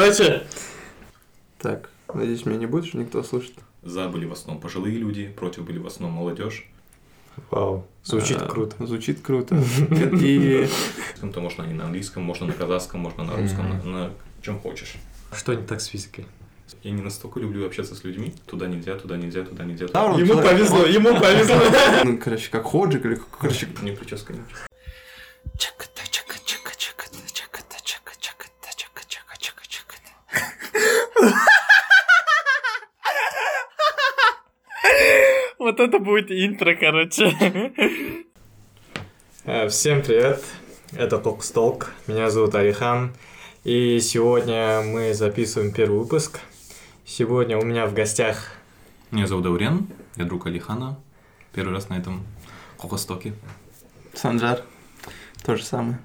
Короче. Так, надеюсь, меня не будет никто слушать. За были в основном пожилые люди, против были в основном молодежь. Вау, звучит круто. Звучит круто. И... То можно и на английском, можно на казахском, можно на русском, на чем хочешь. Что не так с физикой? Я не настолько люблю общаться с людьми. Туда нельзя, туда нельзя, туда нельзя. Ему повезло. Ну, короче, как Ходжик или... Короче, не прическа, не прическа. Вот это будет интро, короче. Всем привет, это Talks Talk, меня зовут Алихан, и сегодня мы записываем первый выпуск. Сегодня у меня в гостях... Меня зовут Даурен, я друг Алихана, первый раз на этом Talks-Talk'е. Санджар, то же самое.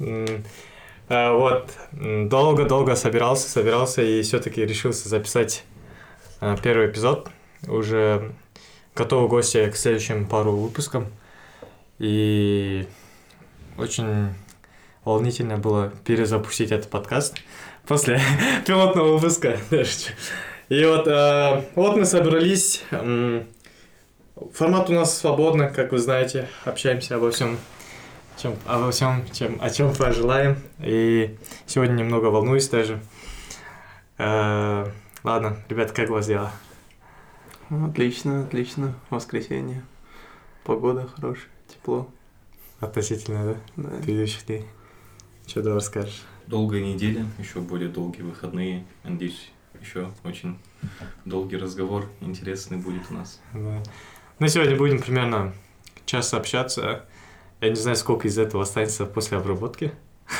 Вот, долго собирался и все-таки решился записать первый эпизод. Уже готовы гости к следующим пару выпускам. И очень волнительно было перезапустить этот подкаст после пилотного выпуска. И вот мы собрались. Формат у нас свободный, как вы знаете. Общаемся обо всем, о чем пожелаем. И сегодня немного волнуюсь даже. Ладно, ребята, как у вас дела? Отлично. Воскресенье. Погода хорошая, тепло. Относительно, да? Да. Предыдущих дней. Что ты расскажешь? Долгая неделя, еще более долгие выходные. Надеюсь, еще очень долгий разговор интересный будет у нас. Да. Ну, сегодня будем примерно час общаться. Я не знаю, сколько из этого останется после обработки.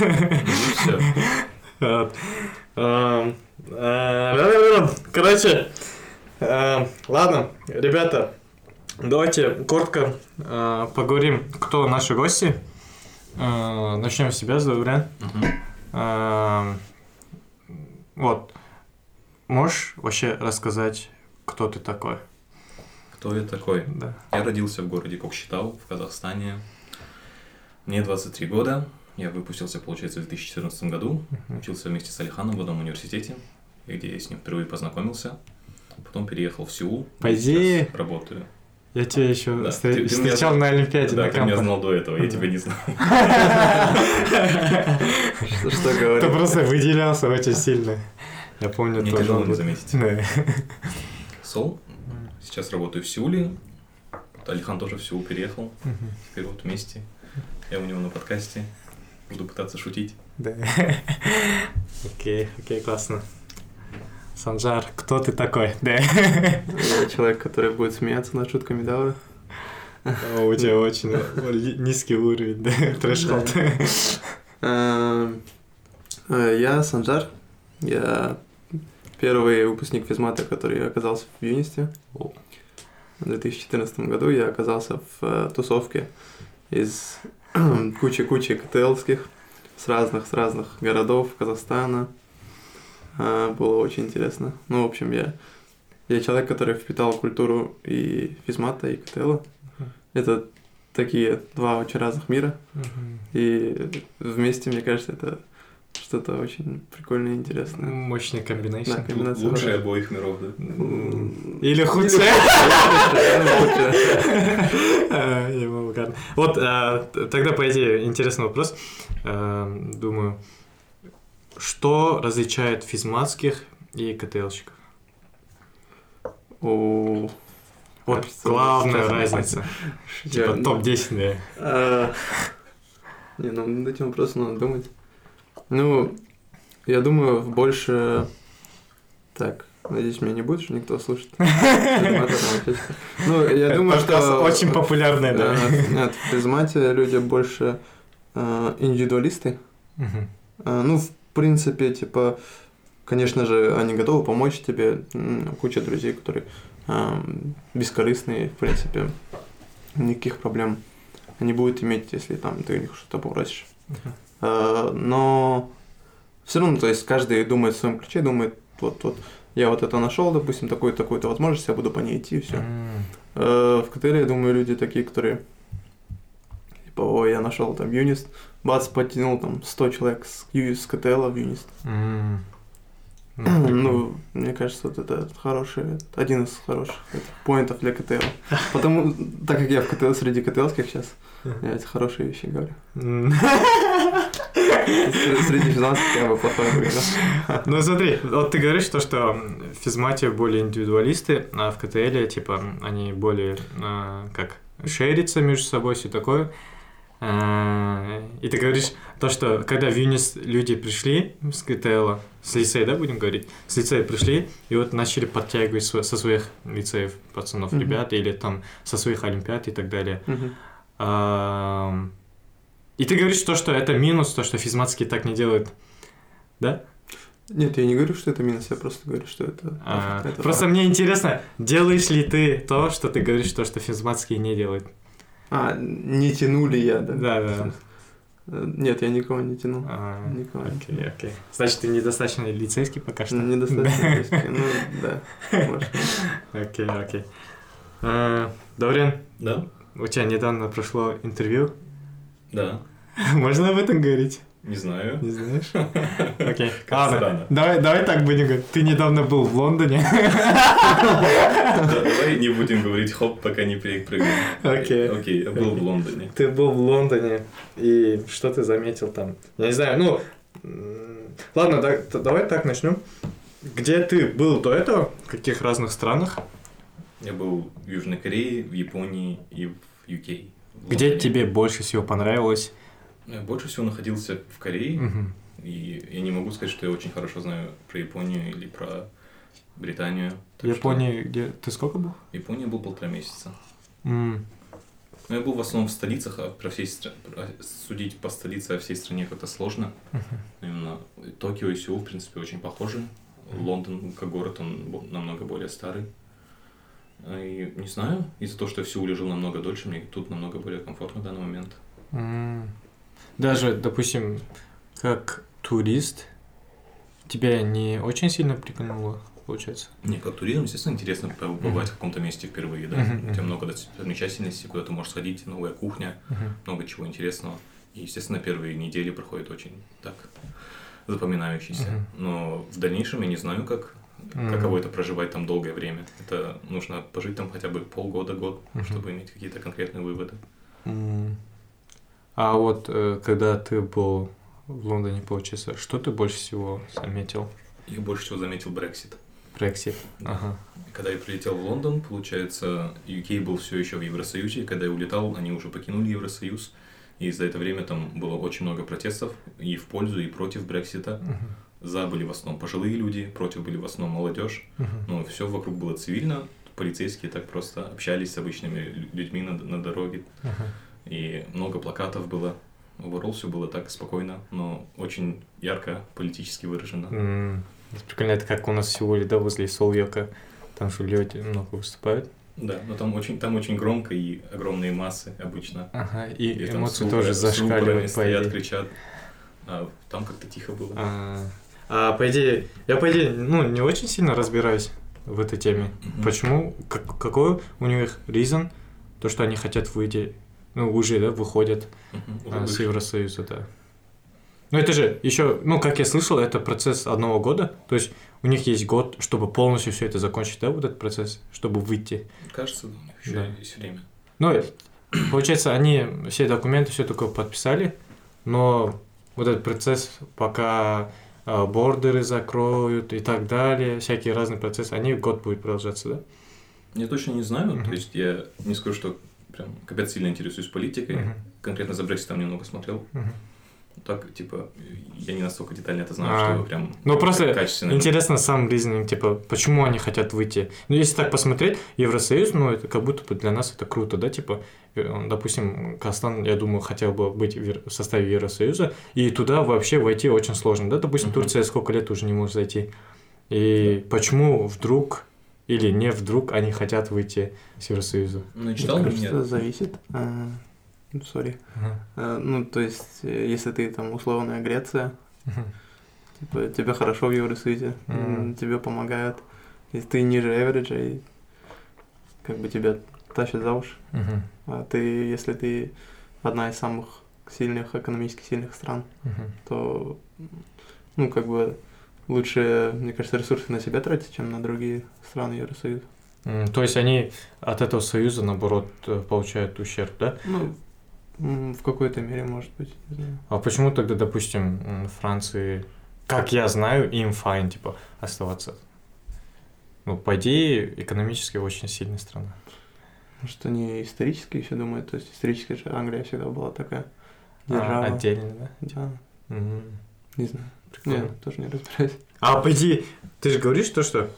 Короче, ладно, ребята, давайте коротко поговорим, кто наши гости. Начнем с себя, Даурен. Вот, можешь вообще рассказать, кто ты такой? Кто я такой? Да. Я родился в городе Кокшетау, в Казахстане. Мне 23 года. Я выпустился, получается, в 2014 году. Учился вместе с Алиханом в одном университете, где я с ним впервые познакомился. Потом переехал в Сеул. По идее, сейчас работаю. Я тебя еще Да, встречал на Олимпиаде. Да, на ты меня знал до этого, я тебя не знал. Что говорить? Ты просто выделялся очень сильно. Я помню, мне тоже. тяжело не заметить. Да. Сол. Сейчас работаю в Сеуле. Алихан тоже в Сеул переехал. Теперь вот вместе. Я у него на подкасте. Буду пытаться шутить. Да. Окей, классно. Санджар, кто ты такой? Да. Я человек, который будет смеяться над шутками Даура. У тебя очень низкий уровень, да, трэш-холд. Я Санджар. Я первый выпускник физмата, который оказался в Юнисте. В 2014 году я оказался в тусовке из кучи КТЛских с разных городов Казахстана. Было очень интересно. Ну, в общем, я человек, который впитал культуру и физмата, и КТЛа. Это такие два очень разных мира. И вместе, мне кажется, это что-то очень прикольное и интересное. Мощный комбинейшн. Да, комбинация. Лучшие обоих миров, да? Или худшие. Вот, тогда, по идее, интересный вопрос. Думаю, что различает физматских и КТЛщиков? Вот главная разница. Типа топ-10, да. Не, ну над этим вопросом надо думать. Ну, я думаю, больше... Так, надеюсь, меня не будет никто слушать. Ну, я думаю, что... Очень популярный, да. Нет, в физмате люди больше индивидуалисты. Ну, в принципе, типа, конечно же, они готовы помочь тебе. Куча друзей, которые бескорыстные, в принципе. Никаких проблем не будет иметь, если там ты у них что-то попросишь. Но все равно, то есть каждый думает в своем ключе, думает, вот я вот это нашел, допустим, такую-то возможность, я буду по ней идти, и все. В КТЛ, я думаю, люди такие, которые типа, ой, я нашел там Юнист, бац, подтянул там 100 человек с КТЛ в Юнист. Ну, мне кажется, вот это один из хороших поинтов для КТЛ. Потому, так как я в КТЛ, среди КТЛских сейчас, я эти хорошие вещи говорю. Среди физматов я бы плохой говорил. Ну смотри, вот ты говоришь то, что в физмате более индивидуалисты, а в КТЛе, типа, они более, как, шерятся между собой, все такое. И ты говоришь то, что когда в Юнис люди пришли с КТЛа, с лицея, да, будем говорить, с лицея пришли, и вот начали подтягивать со своих лицеев пацанов, ребят, или там со своих олимпиад и так далее. И ты говоришь то, что это минус, то, что физматские так не делают, да? Нет, я не говорю, что это минус, я просто говорю, что это... Просто мне интересно, делаешь ли ты то, что ты говоришь, то, что физматские не делают? Не тянули я, да? Да. Нет, я никого не тянул. Никого. Окей. Значит, ты недостаточно лицейский пока что? Недостаточно лицейский, ну да. Окей. Дорин? Да? У тебя недавно прошло интервью? Да. Можно об этом говорить? Не знаю. Не знаешь? Окей. Ладно. Давай так будем говорить. Ты недавно был в Лондоне. Давай не будем говорить хоп, пока не прыгаем. Окей, я был в Лондоне. Ты был в Лондоне, и что ты заметил там? Я не знаю, ладно, давай так начнем. Где ты был до этого? В каких разных странах? Я был в Южной Корее, в Японии и в UK. Где тебе больше всего понравилось? Я больше всего находился в Корее, и я не могу сказать, что я очень хорошо знаю про Японию или про Британию. В Японии где? Ты сколько был? В Японии был 1,5 месяца. Но я был в основном в столицах, а судить по столице о всей стране как-то сложно. Именно Токио и Сеул, в принципе, очень похожи. Лондон, как город, он намного более старый. И не знаю, из-за того, что я в Сеуле жил намного дольше, мне тут намного более комфортно в данный момент. Даже, допустим, как турист, тебя не очень сильно прикольнуло, получается? Не, как туризм, естественно, интересно побывать в каком-то месте впервые, да. У тебя много достопримечательностей, куда ты можешь сходить, новая кухня, много чего интересного. И, естественно, первые недели проходят очень так запоминающиеся. Но в дальнейшем я не знаю, каково это проживать там долгое время. Это нужно пожить там хотя бы полгода-год, чтобы иметь какие-то конкретные выводы. А вот когда ты был в Лондоне, получается, что ты больше всего заметил? Я больше всего заметил Brexit. Brexit, ага. Когда я прилетел в Лондон, получается, UK был все еще в Евросоюзе. Когда я улетал, они уже покинули Евросоюз. И за это время там было очень много протестов и в пользу, и против Брексита. За были в основном пожилые люди, против были в основном молодежь. Но все вокруг было цивильно. Полицейские так просто общались с обычными людьми на дороге. И много плакатов было. Overall все было так спокойно, но очень ярко политически выражено. Прикольно, это как у нас в Сеуле, да, возле Соль-Йока. Там же люди много выступают. Да, но там очень громко и огромные массы обычно. Ага, и эмоции тоже зашкаливают. Стоят, кричат. А там как-то тихо было. По идее, я не очень сильно разбираюсь в этой теме. Почему? Какой у них reason? То, что они хотят выйти, уже, да, выходят с Евросоюза, да. Но это же еще, как я слышал, это процесс 1 года. То есть у них есть год, чтобы полностью все это закончить, да, вот этот процесс, чтобы выйти. Кажется, у них еще есть время. Получается, они все документы все только подписали, но вот этот процесс, пока бордеры закроют и так далее, всякие разные процессы, они год будут продолжаться, да? Я точно не знаю, то есть я не скажу, что прям капец сильно интересуюсь политикой, конкретно за Brexit там немного смотрел. Так, я не настолько детально это знаю, что прям просто качественно. Интересно сам reasoning, почему они хотят выйти. Если так посмотреть, Евросоюз, это как будто бы для нас это круто, да, допустим, Казахстан, я думаю, хотел бы быть в составе Евросоюза, и туда вообще войти очень сложно, да, допустим, Турция сколько лет уже не может зайти. И почему вдруг или не вдруг они хотят выйти с Евросоюза? Читал мне кажется, зависит. То есть, если ты там условная Греция, тебе хорошо в Евросоюзе, тебе помогают, если ты ниже эвериджа, и тебя тащат за уши. А если ты одна из самых экономически сильных стран, то, лучше, мне кажется, ресурсы на себя тратить, чем на другие страны Евросоюза. То есть они от этого союза, наоборот, получают ущерб, да? Ну, в какой-то мере, может быть, не знаю. А почему тогда, допустим, Франции, как я знаю, им файн, типа, оставаться? Ну, по идее, экономически очень сильная страна. Может, они исторически еще думают, то есть исторически же Англия всегда была такая держава. Отдельно, да? Да. Угу. Не знаю. Прикольно. Нет, тоже не разбираюсь. А по идее, ты же говоришь то, что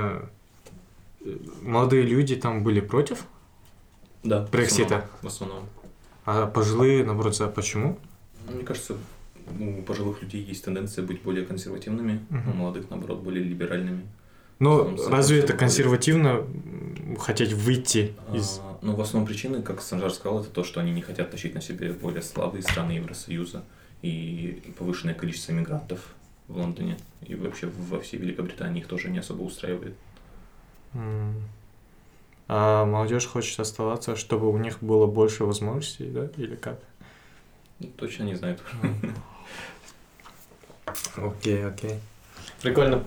молодые люди там были против Да. Брексита? В основном. А пожилые, наоборот, за. Почему? Мне кажется, у пожилых людей есть тенденция быть более консервативными, у молодых, наоборот, более либеральными. Ну, разве это консервативно хотеть выйти из... Ну, в основном причины, как Санжар сказал, это то, что они не хотят тащить на себе более слабые страны Евросоюза и повышенное количество мигрантов в Лондоне. И вообще во всей Великобритании их тоже не особо устраивает. А молодежь хочет оставаться, чтобы у них было больше возможностей, да? Или как? Точно не знаю. Окей. Прикольно.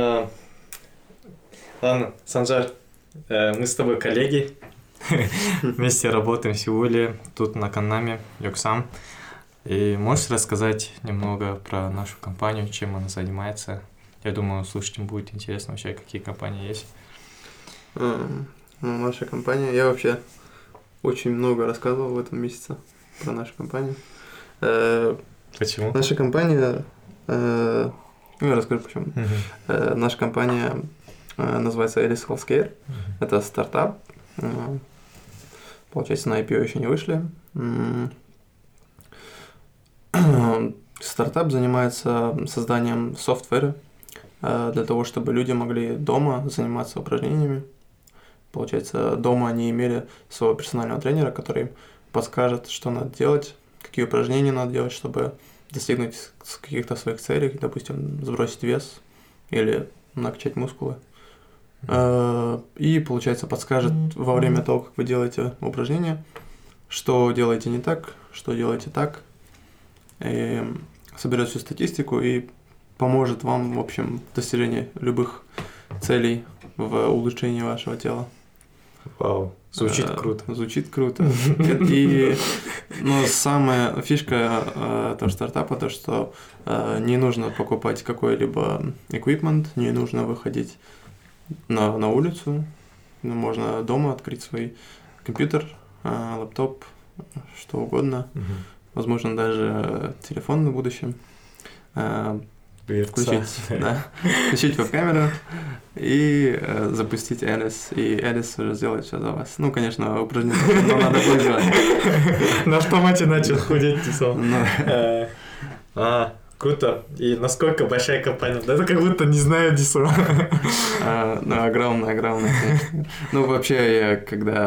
Ладно, Санжар, мы с тобой коллеги. Вместе работаем в Сеуле, тут на Каннаме, Йоксам. И можешь рассказать немного про нашу компанию, чем она занимается? Я думаю, слушателям будет интересно вообще, какие компании есть. Наша компания, я вообще очень много рассказывал в этом месяце про нашу компанию. Почему? Наша компания, я расскажу почему. Наша компания называется Alice Healthcare. Это стартап. Получается, на IPO еще не вышли. Стартап занимается созданием софтвера для того, чтобы люди могли дома заниматься упражнениями. Получается, дома они имели своего персонального тренера, который им подскажет, что надо делать, какие упражнения надо делать, чтобы достигнуть каких-то своих целей, допустим, сбросить вес или накачать мускулы. И, получается, подскажет во время того, как вы делаете упражнения, что делаете не так, что делаете так, и соберет всю статистику и поможет вам, в общем, в достижении любых целей в улучшении вашего тела. Вау, звучит круто. Звучит круто. Но самая фишка этого стартапа, то, что не нужно покупать какой-либо эквипмент, не нужно выходить на улицу, можно дома открыть свой компьютер, лаптоп, что угодно, возможно, даже телефон в будущем, включить веб-камеру и запустить Alice, и Alice уже сделает все за вас. Ну, конечно, упражнение надо будет делать. На автомате начал худеть, Тисон. Круто. И насколько большая компания? Да это как будто не знаю, Дисо. Огромная, конечно. Ну, вообще,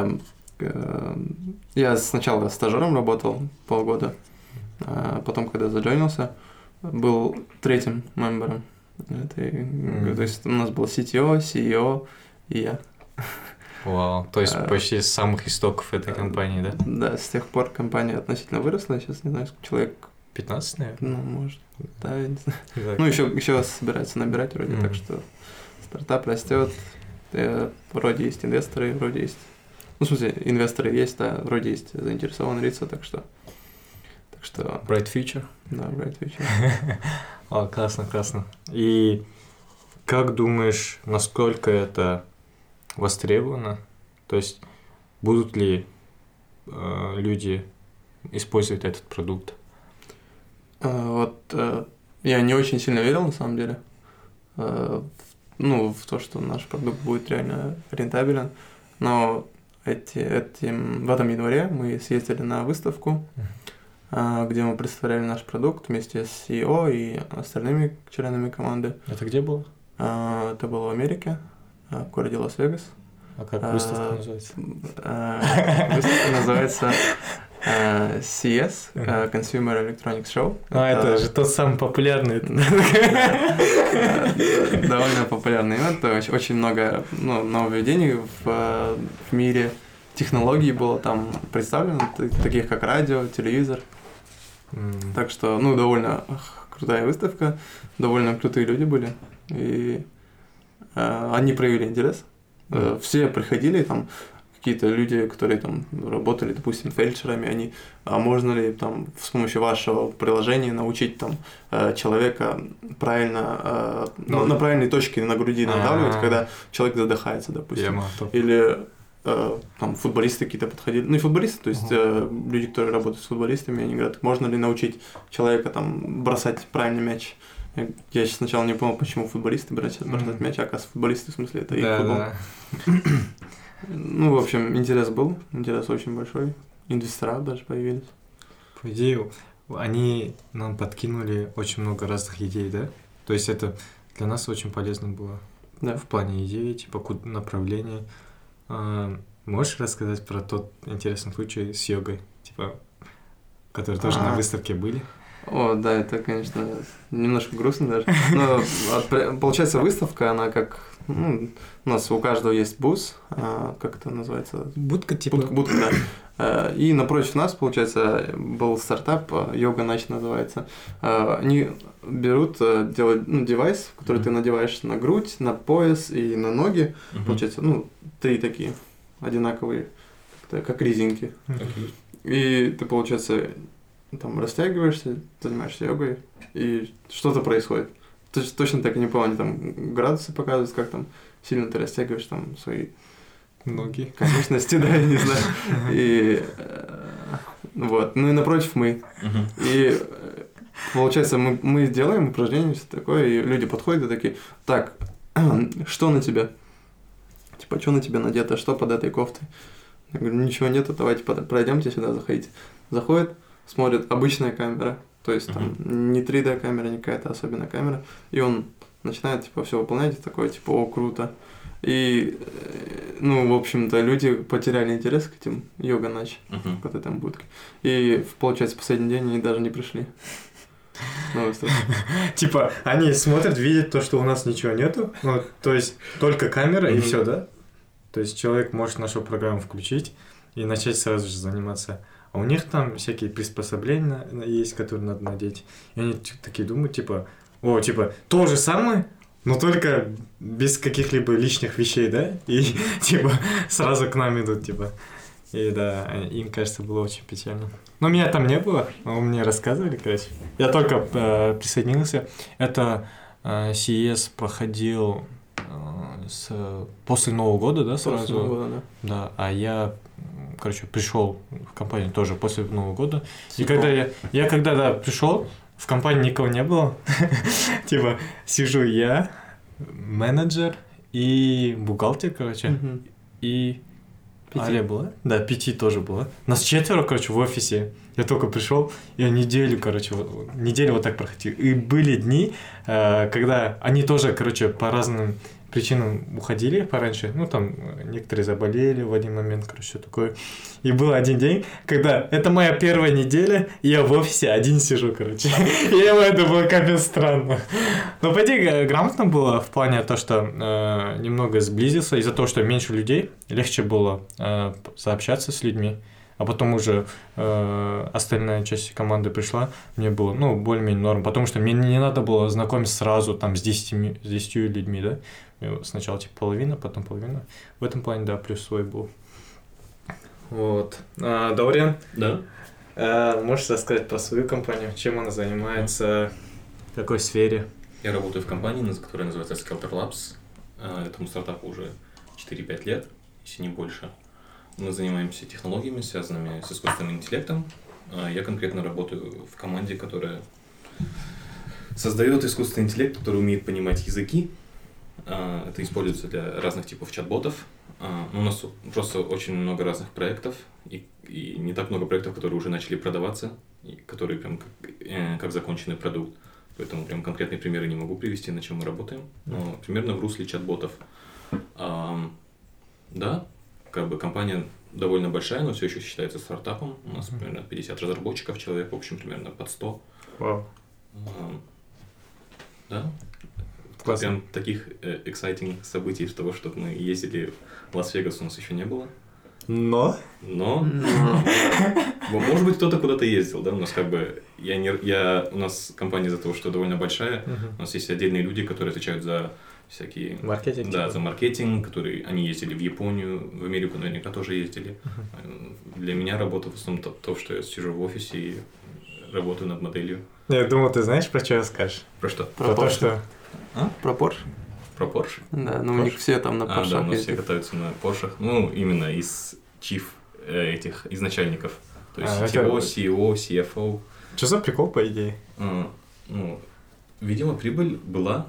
я сначала стажером работал полгода, а потом, когда заджойнился, был третьим мембером. То есть у нас был CTO, CEO и я. Вау, то есть почти с самых истоков этой компании, да? Да, с тех пор компания относительно выросла, сейчас не знаю, сколько человек. 15, наверное? Ну, может. Да, я не знаю. Ну, еще собирается набирать вроде, так что стартап растет. Вроде есть инвесторы, вроде есть... Ну, в смысле, инвесторы есть, да, вроде есть заинтересованные лица, так что... Bright future? Да, bright future. О, классно. И как думаешь, насколько это востребовано? То есть будут ли люди использовать этот продукт? Я не очень сильно верил, на самом деле, в то, что наш продукт будет реально рентабелен, но в этом январе мы съездили на выставку, где мы представляли наш продукт вместе с CEO и остальными членами команды. Это где было? Это было в Америке, в городе Лас-Вегас. А как выставка называется? Выставка называется CES, Consumer Electronics Show. Это же тот самый популярный. Довольно популярный ивент. Очень много нововведений в мире технологий было там представлено, таких как радио, телевизор. Так что, довольно крутая выставка, довольно крутые люди были, и они проявили интерес. Все приходили, там, какие-то люди, которые там работали, допустим, фельдшерами, а можно ли там с помощью вашего приложения научить там человека правильно, на правильной точке на груди надавливать, когда человек задыхается, допустим. Или там футболисты какие-то подходили, ну и футболисты, то есть люди, которые работают с футболистами, они говорят, можно ли научить человека там бросать правильный мяч. Я сейчас сначала не понял, почему футболисты бросают мяч, а оказывается футболисты, в смысле, это их футбол. Ну, в общем, интерес очень большой, инвестора даже появились. По идее, они нам подкинули очень много разных идей, да? То есть это для нас очень полезно было в плане идей, типа направления. Можешь рассказать про тот интересный случай с йогой, типа, который тоже на выставке были? О, да, это, конечно, немножко грустно даже. Но получается, выставка, она как... Ну, у нас у каждого есть бус, как это называется? Будка, типа. Будка, да. И напротив нас, получается, был стартап, Yoga Natch называется. Они берут, делают девайс, который ты надеваешь на грудь, на пояс и на ноги. Получается, 3 такие одинаковые, как резинки. И ты, получается, там растягиваешься, занимаешься йогой, и что-то происходит. Точно так и не помню, там градусы показывают, как там сильно ты растягиваешь там свои ноги, конечности, да, я не знаю. И вот, ну и напротив мы. И получается, мы делаем упражнения, все такое, и люди подходят и такие, так, что на тебе? Типа, что на тебя надето, что под этой кофтой? Я говорю, ничего нету, давайте пройдемте сюда, заходите. Заходят, смотрят, обычная камера. То есть там не 3D камера, не какая-то особенная камера. И он начинает типа все выполнять, и такой типа, о, круто. И, в общем-то, люди потеряли интерес к этим Yoga Natch, к вот этому будке. И, получается, в последний день они даже не пришли. Типа, они смотрят, видят то, что у нас ничего нету, то есть только камера и все, да? То есть человек может нашу программу включить и начать сразу же заниматься. А у них там всякие приспособления есть, которые надо надеть. И они такие думают, типа, то же самое, но только без каких-либо лишних вещей, да? И, типа, сразу к нам идут, типа. И да, им, кажется, было очень печально. Но меня там не было, мне рассказывали, короче. Я только присоединился. Это CES проходил после Нового года, да, сразу? После Нового года, да. Да, а я... Короче, пришел в компанию тоже после Нового года. И когда я пришел, в компании никого не было. Типа, сижу я, менеджер и бухгалтер, короче. И Аля была? Да, 5 тоже было. Нас 4, короче, в офисе. Я только пришел, я неделю вот так проходил. И были дни, когда они тоже, короче, по разным причинам уходили пораньше. Ну, там, некоторые заболели в один момент, короче, все такое. И был один день, когда это моя первая неделя, и я в офисе один сижу, короче. И это было капец странно. Но, по идее, грамотно было в плане того, что немного сблизился. Из-за того, что меньше людей, легче было сообщаться с людьми. А потом уже остальная часть команды пришла, мне было, более-менее норм, потому что мне не надо было знакомиться сразу там с 10 людьми, да, сначала типа половина, потом половина, в этом плане, да, плюс свой был. Вот. Дауриан? Да? Можешь рассказать про свою компанию, чем она занимается, в какой сфере? Я работаю в компании, которая называется Skelter Labs, этому стартапу уже 4-5 лет, если не больше. Мы занимаемся технологиями, связанными с искусственным интеллектом. Я конкретно работаю в команде, которая создает искусственный интеллект, который умеет понимать языки. Это используется для разных типов чат-ботов. У нас просто очень много разных проектов, и не так много проектов, которые уже начали продаваться, и которые прям как законченный продукт. Поэтому прям конкретные примеры не могу привести, на чем мы работаем. Но примерно в русле чат-ботов. Да. Как бы компания довольно большая, но все еще считается стартапом. У нас примерно 50 разработчиков, человек, в общем, примерно под 100. Вау. Да. Классно. Прям таких exciting событий, того, что мы ездили в Лас-Вегас, у нас еще не было. Но Может быть, кто-то куда-то ездил, да, у нас как бы, у нас компания из-за того, что довольно большая, у нас есть отдельные люди, которые отвечают за всякие... Маркетинг? Да, за маркетинг, они ездили в Японию, в Америку наверняка тоже ездили. Для меня работа в основном то, что я сижу в офисе и работаю над моделью. Я думал, ты знаешь, про что скажешь? Про что? Про то, что... Про Porsche? Про Porsche? Да, но у них все там на Porsche. Да, у нас все катаются на Porsche. Ну, именно из из начальников. То есть CTO, CEO, CFO. Что за прикол, по идее? Ну, видимо, прибыль была.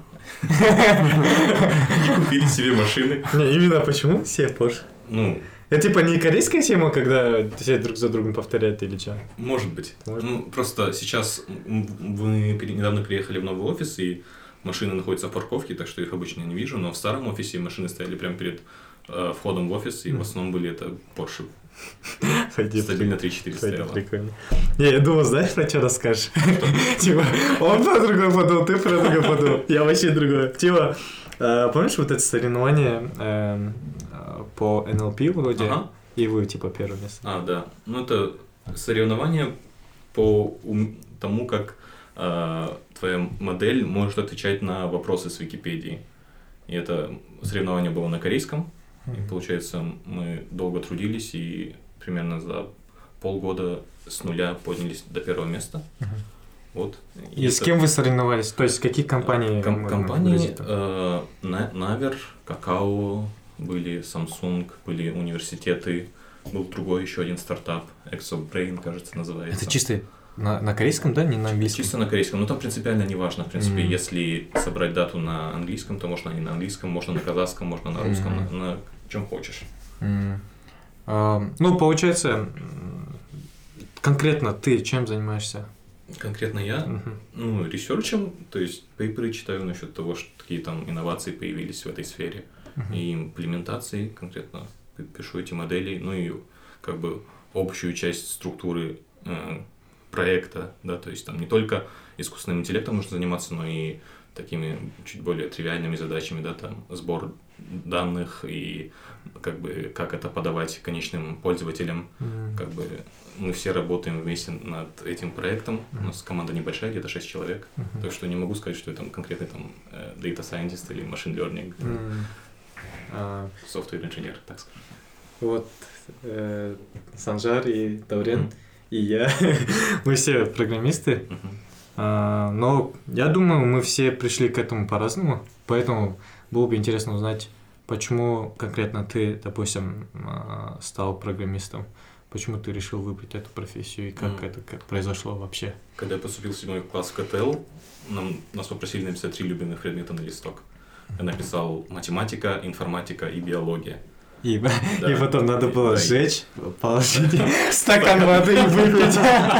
И купили себе машины. Не, именно почему все Porsche? Ну... Это типа не корейская тема, когда все друг за другом повторяют или что? Может быть. Ну, просто сейчас вы недавно приехали в новый офис, и машины находятся в парковке, так что их обычно не вижу, но в старом офисе машины стояли прямо перед входом в офис, и в основном были это Porsche. Стабильно 3-4 стояло. Прикольно. Не, я думал, знаешь, про что расскажешь? Типа, он про другой подумал, ты про другой подумал, я вообще другой. Типа, помнишь вот это соревнование по NLP вроде, и вы типа первое место? Да. Ну, это соревнование по тому, как твоя модель может отвечать на вопросы с Википедии. И это соревнование было на корейском. И, получается, мы долго трудились и примерно за полгода с нуля поднялись до первого места. Вот. И с кем вы соревновались? То есть, какие компании? Компании Naver, Kakao, были Samsung, были университеты, был другой еще один стартап, ExoBrain, кажется, называется. Это чисто на корейском, да, не на английском? Чисто на корейском, но там принципиально не важно, в принципе, если собрать дату на английском, то можно не на английском, можно на казахском, можно на русском, на чем хочешь. Ну, получается, конкретно ты чем занимаешься? Конкретно я? Ну, ресерчем, то есть пейперы читаю насчет того, что какие там инновации появились в этой сфере, и имплементации конкретно пишу эти модели, ну и как бы общую часть структуры проекта, да, то есть там не только искусственным интеллектом нужно заниматься, но и такими чуть более тривиальными задачами, да, там сбор данных и как бы как это подавать конечным пользователям, как бы мы все работаем вместе над этим проектом, у нас команда небольшая, где-то 6 человек, так что не могу сказать, что я там конкретный там data scientist или machine learning, software engineer, так скажем. Вот Санжар и Даурен и я, мы все программисты, но я думаю, мы все пришли к этому по-разному, поэтому было бы интересно узнать, почему конкретно ты, допустим, стал программистом, почему ты решил выбрать эту профессию и как это произошло вообще? Когда я поступил в 7 класс в КТЛ, нас попросили написать 3 любимых предмета на листок. Я написал математика, информатика и биология. И потом надо было сжечь, положить стакан воды и выпить.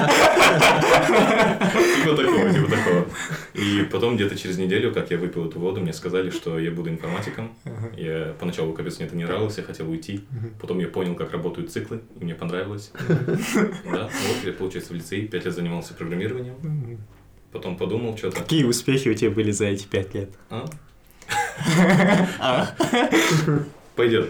Типа такого. И потом где-то через неделю, как я выпил эту воду, мне сказали, что я буду информатиком. Я поначалу, капец, мне это не нравилось, я хотел уйти. Потом я понял, как работают циклы, и мне понравилось. Да, вот я, получается, в лицее 5 лет занимался программированием. Потом подумал что-то. Какие успехи у тебя были за эти 5 лет? Пойдет.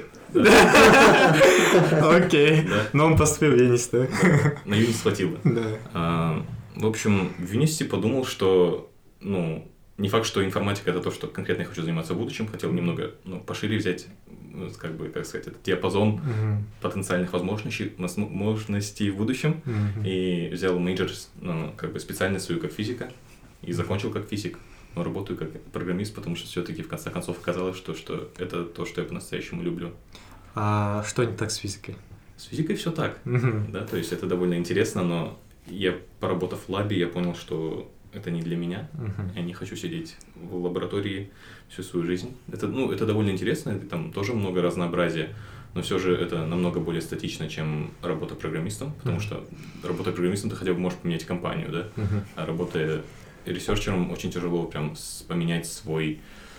Окей. Но он поступил в Юнис, да? На Юнис хватило. В общем, в Юнисе подумал, что, не факт, что информатика это то, что конкретно я хочу заниматься в будущем. Хотел немного пошире взять, этот диапазон потенциальных возможностей в будущем. И взял мейджор, специальность свою как физика. И закончил как физик. Но работаю как программист, потому что все-таки в конце концов оказалось, что это то, что я по-настоящему люблю. А что не так с физикой? С физикой все так, да, то есть это довольно интересно, но я, поработав в лабе, я понял, что это не для меня. Я не хочу сидеть в лаборатории всю свою жизнь. Это довольно интересно, там тоже много разнообразия, но все же это намного более статично, чем работа программистом, потому что работа программистом ты хотя бы можешь поменять компанию, да, а работая ресерчером очень тяжело прям поменять свой,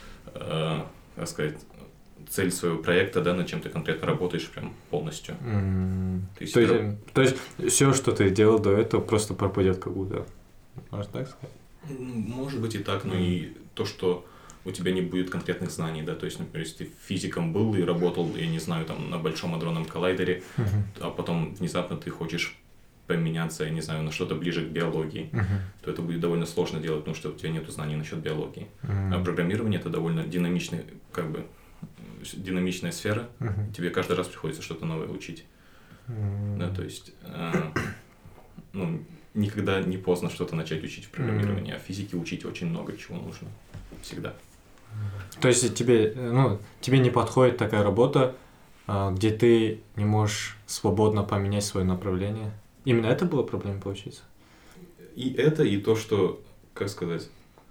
цель своего проекта, да, над чем ты конкретно работаешь прям полностью. То есть все, что ты делал до этого, просто пропадет как будто. Можно так сказать? Может быть и так, но и то, что у тебя не будет конкретных знаний, да, то есть, например, если ты физиком был и работал, я не знаю, там, на Большом адронном коллайдере, а потом внезапно ты хочешь поменяться, я не знаю, на что-то ближе к биологии, то это будет довольно сложно делать, потому что у тебя нет знаний насчет биологии. А программирование — это довольно динамичный, как бы, динамичная сфера, тебе каждый раз приходится что-то новое учить. Да, то есть, ну, никогда не поздно что-то начать учить в программировании, а в физике учить очень много чего нужно. Всегда. То есть тебе не подходит такая работа, где ты не можешь свободно поменять свое направление? Именно это была проблема, получается? И это, и то, что, как сказать,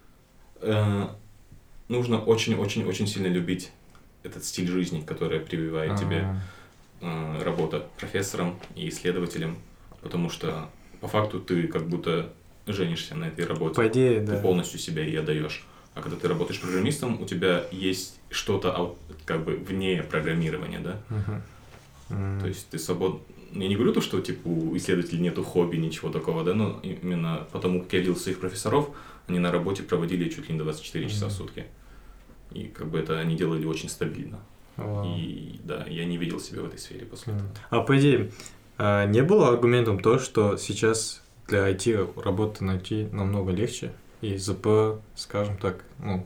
нужно очень-очень-очень сильно любить этот стиль жизни, который прививает тебе работа профессором и исследователем, потому что по факту ты как будто женишься на этой работе. По идее, да. Ты полностью себя ей отдаешь. А когда ты работаешь программистом, у тебя есть что-то как бы вне программирования, да? То есть ты свободно... Я не говорю то, что типа у исследователей нету хобби, ничего такого, да, но именно потому, как я видел своих профессоров, они на работе проводили чуть ли не 24 часа в сутки. И как бы это они делали очень стабильно. И да, я не видел себя в этой сфере после этого. А по идее, не было аргументом то, что сейчас для IT работы найти намного легче, и ЗП, скажем так,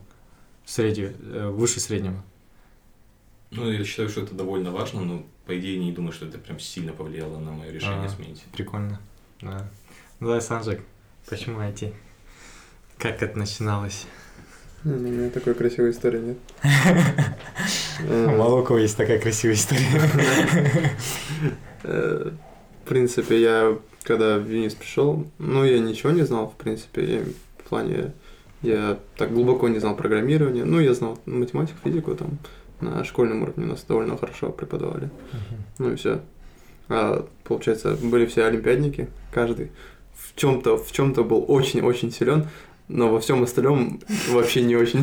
выше среднего? Ну, я считаю, что это довольно важно, но по идее не думаю, что это прям сильно повлияло на мое решение сменить. Прикольно. Да. Ну давай, Санджик, почему IT? Как это начиналось? У меня такой красивой истории нет. Мало у кого есть такая красивая история. В принципе, я когда в ЮНИС пришел, я ничего не знал, в принципе, в плане, я так глубоко не знал программирование, я знал математику, физику, там, на школьном уровне нас довольно хорошо преподавали, и все. А, получается, были все олимпиадники, каждый в чем-то был очень-очень силен, но во всем остальном вообще не очень.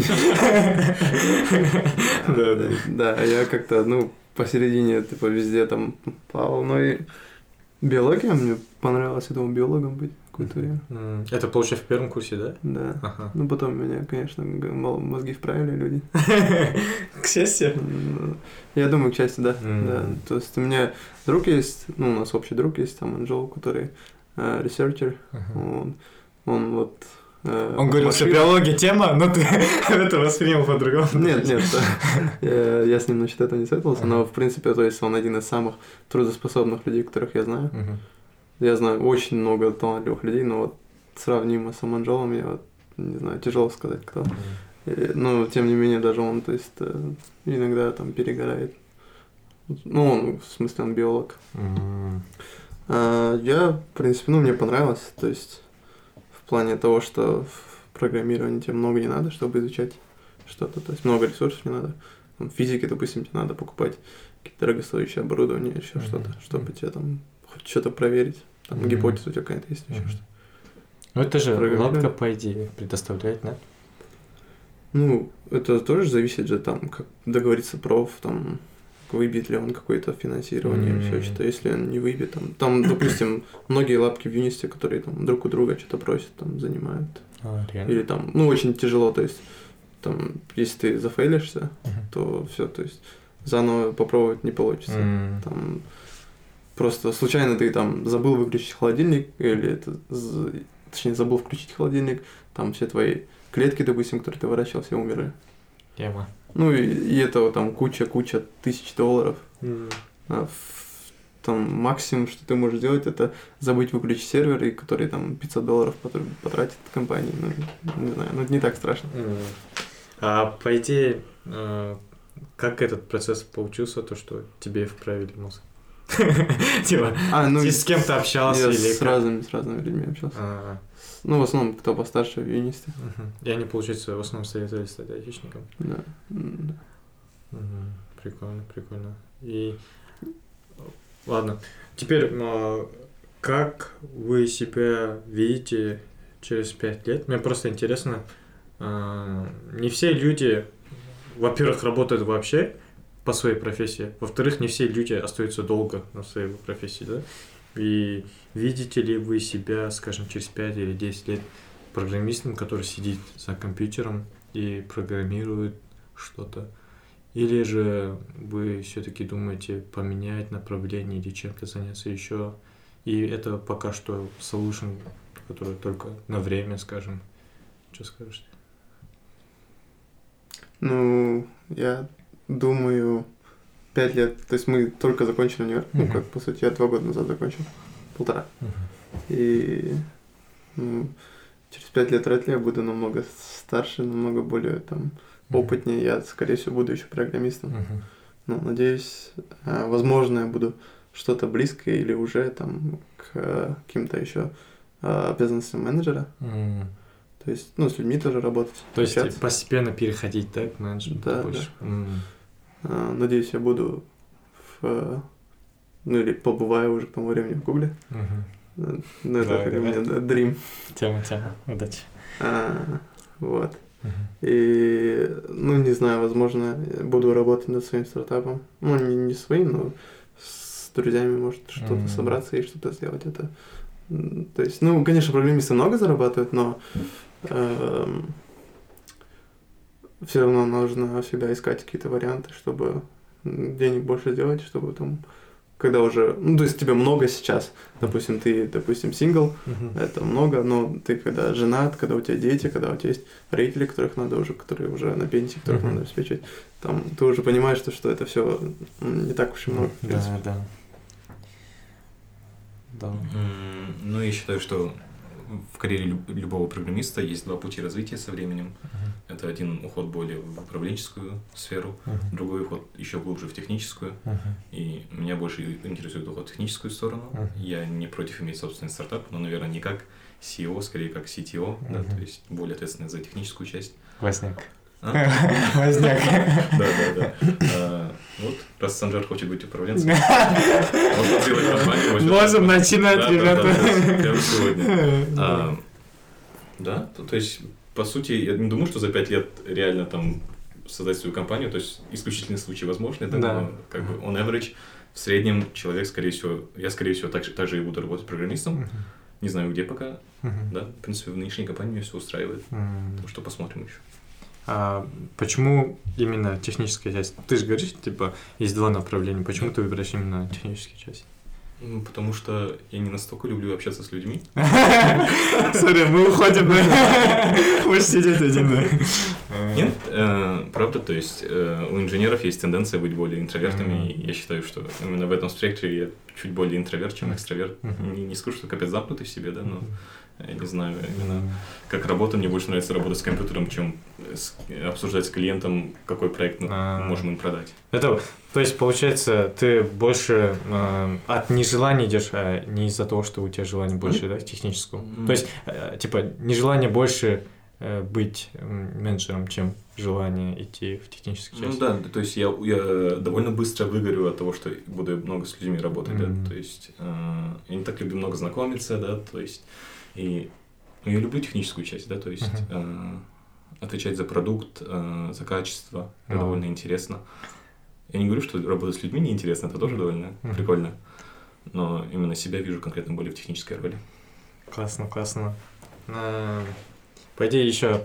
Да, я как-то, посередине, типа, везде там плавал, и биология мне понравилось, я думал, биологом быть в культуре. Это, получается, в первом курсе, да? Да. Ага. Потом меня, конечно, мозги вправили люди. К счастью? Я думаю, к счастью, да. Да. То есть у меня друг есть, у нас общий друг есть, там, Анджел, который ресерчер. Он вот... Он говорил, что биология тема, но ты это воспринял по-другому. Нет, я с ним насчет этого не советовался, но в принципе, то есть он один из самых трудоспособных людей, которых я знаю. Я знаю очень много талантливых людей, но вот сравнимо с Аманджолом, я вот не знаю, тяжело сказать, кто. Но тем не менее, даже он, то есть, иногда там перегорает. Он, в смысле, он биолог. Я, в принципе, мне понравилось, то есть в плане того, что в программировании тебе много не надо, чтобы изучать что-то, то есть много ресурсов не надо. В физике, допустим, тебе надо покупать какие-то дорогостоящие оборудование или еще что-то, чтобы тебе там хоть что-то проверить, там гипотеза у тебя какая-то есть, еще что-то. Ну это же лабка, по идее, предоставляет, да? Это тоже зависит же, там, как договориться проф, там, выбьет ли он какое-то финансирование, все что-то, если он не выбьет, там, допустим, многие лабки в Юнисте, которые там друг у друга что-то просят, там, занимают. Или там, очень тяжело, то есть, там, если ты зафейлишься, то все, то есть, заново попробовать не получится. Там, просто случайно ты там забыл выключить холодильник, или точнее, забыл включить холодильник, там все твои клетки, допустим, которые ты выращивал, все умерли. Яма. И этого там куча $1000. Там максимум, что ты можешь сделать, это забыть выключить сервер, и который там $500 потратит компания. Не знаю, это не так страшно. А по идее, как этот процесс получился, то, что тебе вправили мозг? Типа, ты с кем-то общался или с разными людьми общался. В основном, кто постарше в Юнисте. И они, получается, в основном советовали стать айтишником. Да. Прикольно. И ладно. Теперь, как вы себя видите через 5 лет? Мне просто интересно, не все люди, во-первых, работают вообще по своей профессии, во-вторых, не все люди остаются долго на своей профессии, да? И видите ли вы себя, скажем, через 5 или 10 лет программистом, который сидит за компьютером и программирует что-то? Или же вы все-таки думаете поменять направление или чем-то заняться еще И это пока что solution, который только на время, скажем. Что скажешь? Ну, я думаю, 5 лет. То есть мы только закончили универ. Ну, как, по сути, я 2 года назад закончил. 1,5. И через 5 лет вряд ли я буду намного старше, намного более там опытнее. Я, скорее всего, буду еще программистом. Ну, надеюсь, возможно, я буду что-то близкое или уже там к каким-то еще обязанностям менеджера. То есть, ну, с людьми тоже работать. То есть постепенно переходить, да, к менеджменту больше. Да. Надеюсь, я буду ну, или побываю уже к тому времени в Гугле. Ну, это как у меня dream. Тема, удачи. Вот. И, ну, не знаю, возможно, буду работать над своим стартапом. Ну, не своим, но с друзьями, может, что-то собраться и что-то сделать. Это, то есть, ну, конечно, программисты много зарабатывают, но все равно нужно всегда искать какие-то варианты, чтобы денег больше сделать, чтобы там, когда уже, ну, то есть тебе много сейчас, допустим, ты, сингл, это много, но ты когда женат, когда у тебя дети, когда у тебя есть родители, которые уже на пенсии, которых надо обеспечивать, там ты уже понимаешь, что это все не так уж и много. Да. Ну, я считаю, что в карьере любого программиста есть 2 пути развития со временем. Это один уход более в управленческую сферу, другой уход еще глубже в техническую. И меня больше интересует уход в техническую сторону. Я не против иметь собственный стартап, но, наверное, не как CEO, скорее как CTO, да, то есть более ответственный за техническую часть. Возняк. Возняк. Да. Вот, раз Санжар хочет быть управленцем, можно сделать компанию. Можем начинать, ребята. Прямо сегодня. Да, то есть, по сути, я не думаю, что за 5 лет реально там создать свою компанию, то есть исключительные случаи возможны, да, но как бы on average, в среднем человек, скорее всего, так же и буду работать программистом. Не знаю, где пока, да, в принципе, в нынешней компании меня все устраивает, так что посмотрим еще. А почему именно техническая часть? Ты же говоришь, типа, есть 2 направления. Почему ты выбираешь именно техническую часть? Ну, потому что я не настолько люблю общаться с людьми. Сори, мы уходим. Будешь сидеть один, да? Нет, правда, то есть у инженеров есть тенденция быть более интровертами, и я считаю, что именно в этом спектре я чуть более интроверт, чем экстраверт. Не скажу, что капец замкнутый в себе, да, но я не знаю, именно как работа, мне больше нравится работать с компьютером, чем обсуждать с клиентом, какой проект мы можем им продать. Это, то есть, получается, ты больше от нежелания идешь, а не из-за того, что у тебя желание больше, да, технического. То есть, типа, нежелание больше быть менеджером, чем желание идти в техническую часть. Ну да, то есть я довольно быстро выгорю от того, что буду много с людьми работать, да, то есть я не так люблю много знакомиться, да, то есть и я люблю техническую часть, да, то есть отвечать за продукт, за качество, это довольно интересно. Я не говорю, что работать с людьми неинтересно, это тоже довольно прикольно, но именно себя вижу конкретно более в технической роли. Классно. По идее, еще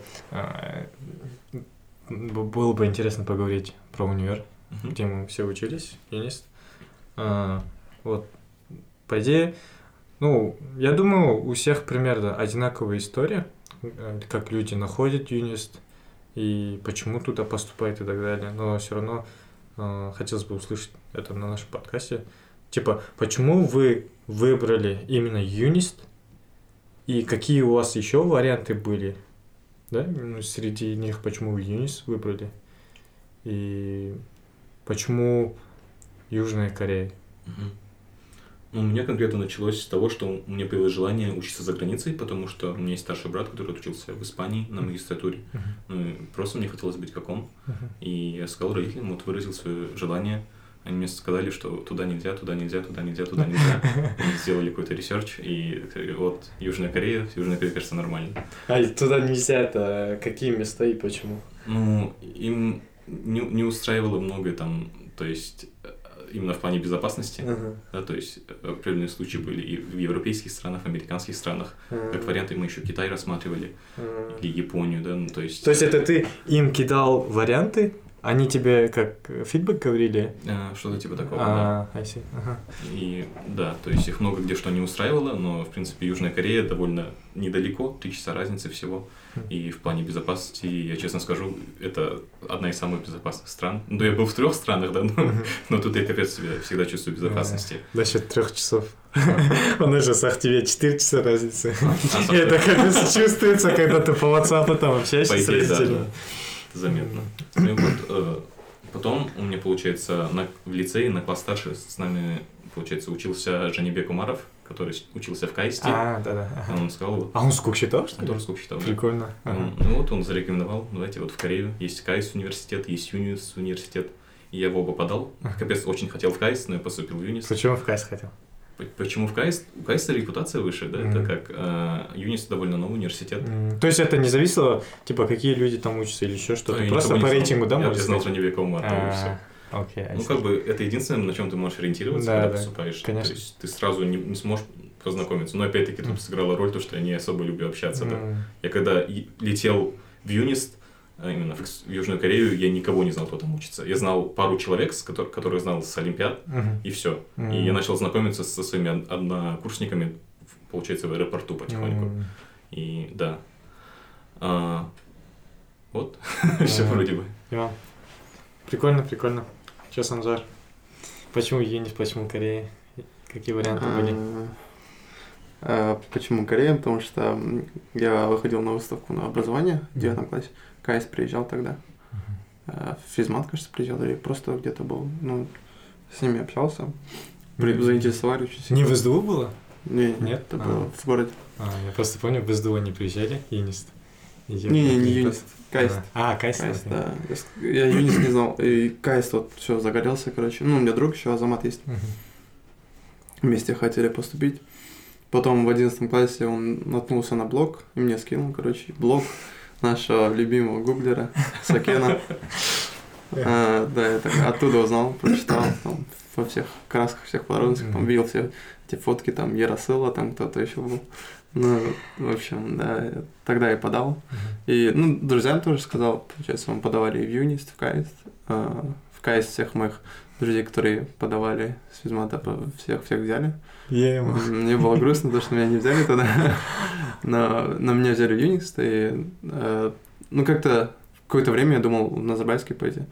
было бы интересно поговорить про универ, где мы все учились, юнист. Вот, по идее, ну, я думаю, у всех примерно одинаковая история, как люди находят юнист и почему туда поступают и так далее. Но все равно хотелось бы услышать это на нашем подкасте. Типа, почему вы выбрали именно юнист? И какие у вас еще варианты были, да? Ну, среди них, почему вы Юнис выбрали? И почему Южная Корея? Ну, у меня конкретно началось с того, что у меня появилось желание учиться за границей, потому что у меня есть старший брат, который учился в Испании на магистратуре. Ну, и просто мне хотелось быть как он. И я сказал родителям, вот выразил свое желание. Они мне сказали, что туда нельзя. Они сделали какой-то ресерч, и вот Южная Корея, кажется, нормально. А туда нельзя, это какие места и почему? Ну, им не устраивало многое там, то есть именно в плане безопасности, да, то есть определенные случаи были и в европейских странах, в американских странах. Как варианты мы еще Китай рассматривали, или Японию, да, ну, то есть... То есть это ты им кидал варианты, Они тебе как фидбэк говорили? Что-то типа такого, да. I see. Ага. И да, то есть их много где что не устраивало, но, в принципе, Южная Корея довольно недалеко, 3 часа разницы всего. И в плане безопасности, я честно скажу, это одна из самых безопасных стран. Ну, я был в 3 странах, да, но тут я капец себя всегда чувствую безопасности. За счет 3 часов. У нас же с Ахтиве 4 часа разницы. И это капец чувствуется, когда ты по WhatsApp там общаешься с родителями. Заметно. Ну, вот, потом у меня, получается, в лицее на класс старше с нами, получается, учился Жанибек Умаров, который учился в КАИСТе. Да. Он сказал, вот... А он скук считал, что ли? Он тоже скук считал, да. Прикольно. Ну вот он зарекомендовал, давайте вот в Корею. Есть КАИСТ университет, есть ЮНИС университет. И я в оба подал. Капец, очень хотел в КАИСТ, но я поступил в ЮНИС. Почему в КАИСТ хотел? Почему в КАИСТ? У КАИСТа репутация выше, да? Это как ЮНИС довольно новый университет. То есть это не зависело, типа, какие люди там учатся или еще что-то? Просто по рейтингу, да, можно сказать? Я знал Жанибека Умарова, и все. Ну, как бы это единственное, на чем ты можешь ориентироваться, когда поступаешь. Конечно. То есть ты сразу не сможешь познакомиться. Но опять-таки тут сыграла роль то, что я не особо люблю общаться. Да. Я когда летел в ЮНИС, именно в Южную Корею, я никого не знал, кто там учится. Я знал пару человек, которых знал с Олимпиад, и все. И я начал знакомиться со своими однокурсниками, получается, в аэропорту потихоньку. И да. Вот, все вроде бы. Прикольно. Че, Санжар? Почему ЮНИС, почему Корея? Какие варианты были? Почему Корея? Потому что я выходил на выставку на образование в 9 классе. КАИСТ приезжал тогда. Физмат, кажется, приезжал. Или просто где-то был. Ну, с ними общался. Заинтересовали очень сильно. Не в СДУ было? Нет, это было в городе. Я просто помню, в СДУ они приезжали, ЮНИС. Не ЮНИС, КАИСТ. КАИСТ, да. Я ЮНИС не знал. И КАИСТ вот все загорелся, короче. Ну, у меня друг еще, Азамат, есть. Вместе хотели поступить. Потом в 11 классе он наткнулся на блог, и мне скинул, короче, блог нашего любимого гуглера Сакена. Да, я так оттуда узнал, прочитал, там, во всех красках, всех подробностях, там, видел все эти фотки, там, Яросыла, там кто-то еще был. Ну, в общем, да, тогда я подал. И, ну, друзьям тоже сказал, получается, мы подавали и в ЮНИС, в КАИСТ. В КАИСТ всех моих друзей, которые подавали с физмата, всех взяли. Мне было грустно, потому что меня не взяли тогда. Но меня взяли в ЮНИС, и, ну, как-то какое-то время я думал в Назарбаевский пойти.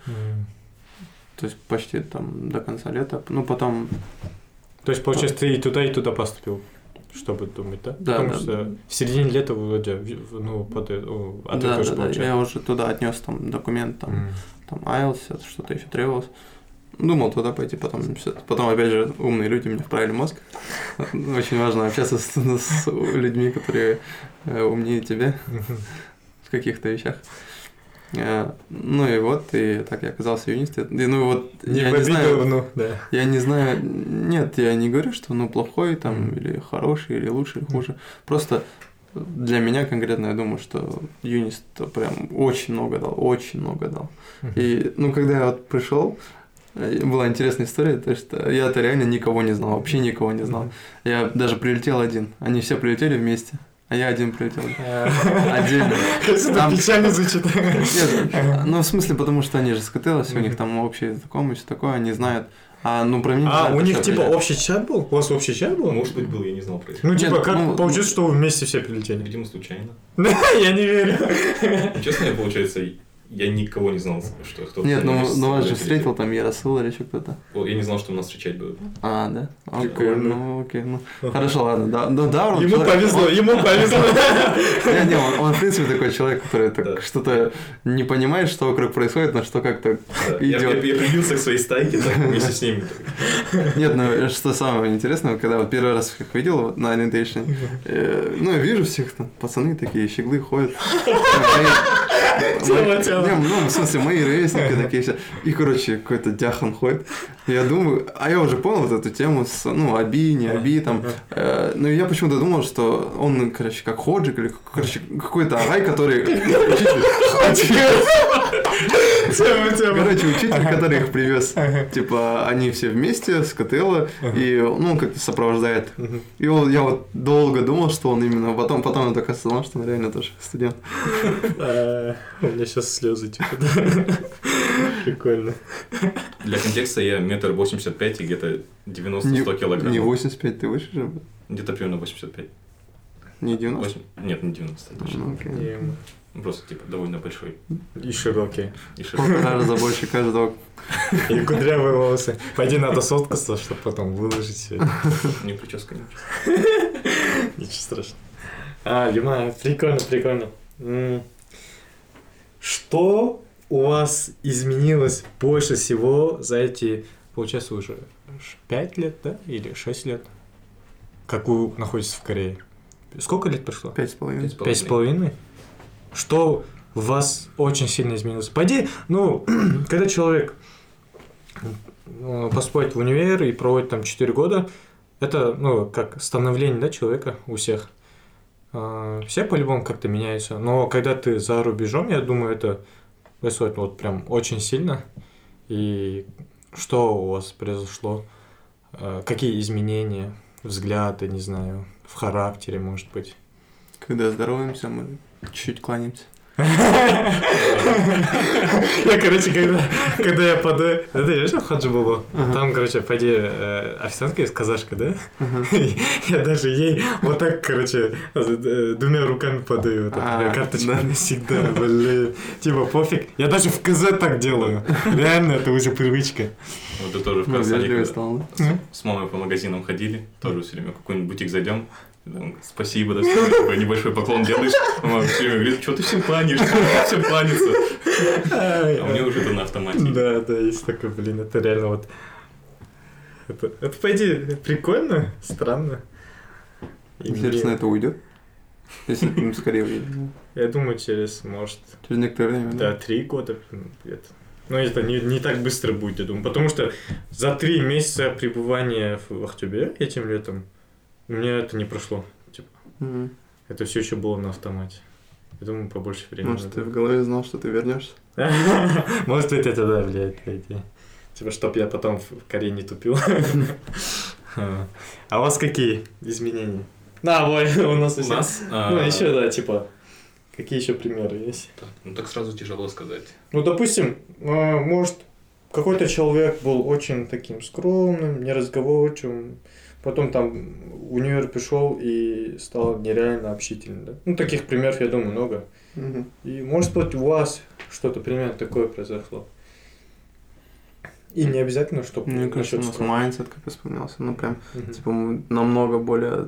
То есть почти там до конца лета. Ну, потом... То есть, получается, ты и туда поступил, чтобы думать, да? Да, потому что в середине лета вроде, ну, ты тоже получается. Я уже туда отнес там документ, там IELTS, что-то еще требовалось. Думал туда пойти, потом опять же, умные люди мне вправили мозг. Очень важно общаться с людьми, которые умнее тебя в каких-то вещах. Ну и вот, и так я оказался в ЮНИСе. Ну вот, я не знаю, нет, я не говорю, что плохой там, или хороший, или лучше, или хуже. Просто для меня конкретно я думаю, что ЮНИС прям очень много дал. И, когда я вот пришел, была интересная история, то что я-то реально никого не знал, вообще никого не знал. Я даже прилетел один, они все прилетели вместе. А я один прилетел. Отдельно. Это печально звучит. Нет, ну в смысле, потому что они же с КТЛС, у них там общий знакомый, все такое, они знают. Про меня у них типа общий чат был? У вас общий чат был? Может быть, был, я не знал про это. Ну типа, как получилось, что вы вместе все прилетели? Видимо, случайно. Я не верю. Честно, получается, я никого не знал, что кто-то... Нет, но вас же встретил там Яросыл или еще кто-то. Я не знал, что нас встречать будут. Да? Окей. Хорошо, ладно. Да, ему повезло. Не, он в принципе такой человек, который что-то не понимает, что вокруг происходит, но что как-то идет. Я прибился к своей стайке вместе с ними. Нет, что самое интересное, когда вот первый раз их видел на ориентейшне, я вижу всех там, пацаны такие, щеглы ходят. В смысле, мои ровесники такие все. И, короче, какой-то дяхан ходит. Я думаю, я уже понял вот эту тему с, Аби, не Аби, там. Но я почему-то думал, что он, короче, как Ходжик или, короче, какой-то агай, который... Короче, учитель, который их привез, типа, они все вместе с КТЛ, и он как-то сопровождает. И я вот долго думал, что он именно, потом я только осознал, что он реально тоже студент. У меня сейчас слезы текут. Прикольно. Для контекста я 1,85 м и где-то 90-100 килограмм. Не 85, ты выше же? Где-то примерно 85. Не 90? Нет, не 90, точно. Просто, типа, довольно большой. И широкий. Полтора раза больше каждого. И кудрявые волосы. Пойди надо соткаться, чтобы потом выложить все. Не прическа, не. Ничего страшного. Дима, прикольно. Что у вас изменилось больше всего за эти, получается, уже 5 лет, да? Или 6 лет? Как вы находитесь в Корее? Сколько лет прошло? 5,5. 5,5? Что у вас очень сильно изменилось? Пойди, когда человек поступает в универ и проводит там 4 года, это, как становление, да, человека у всех. Все по-любому как-то меняются. Но когда ты за рубежом, я думаю, это происходит вот прям очень сильно. И что у вас произошло? Какие изменения? Взгляды, не знаю, в характере, может быть. Когда здороваемся, мы чуть-чуть кланяемся. Я, когда я подаю... Это видишь, в Хаджибулу? Там, пойди официантка из казашка, да? Я даже ей вот так, двумя руками подаю. Карточку всегда, блин. Типа, пофиг. Я даже в КЗ так делаю. Реально, это уже привычка. Вот ты тоже в Казани, с мамой по магазинам ходили, тоже все время в какой-нибудь бутик зайдем. Спасибо, да, такой небольшой поклон делаешь. Мама все время говорит, что ты всем кланяешься, всем кланяться. А мне уже это на автомате. Да, есть такой, блин, это реально вот... Это, по идее, прикольно, странно. Интересно, это уйдет? Если мы скорее уедем. Я думаю, через некоторое время, да? 3 года где-то. Но это не так быстро будет, я думаю. Потому что за 3 месяца пребывания в Ахтубе этим летом у меня это не прошло. Типа, это все еще было на автомате. Я думаю, побольше времени. Может, ты в голове знал, что ты вернешься? Может быть, это да, влияет, по идее. Типа, чтоб я потом в Корее не тупил. А у вас какие изменения? У нас еще, да, типа, какие еще примеры есть? Так сразу тяжело сказать. Допустим, может, какой-то человек был очень таким скромным, неразговорчивым, потом там в универ пришел и стал нереально общительным, да? Таких примеров, я думаю, много. И, может быть, у вас что-то примерно такое произошло. И не обязательно, чтобы... Мне кажется, у нас майндсет как вспомнился. Прям, типа, намного более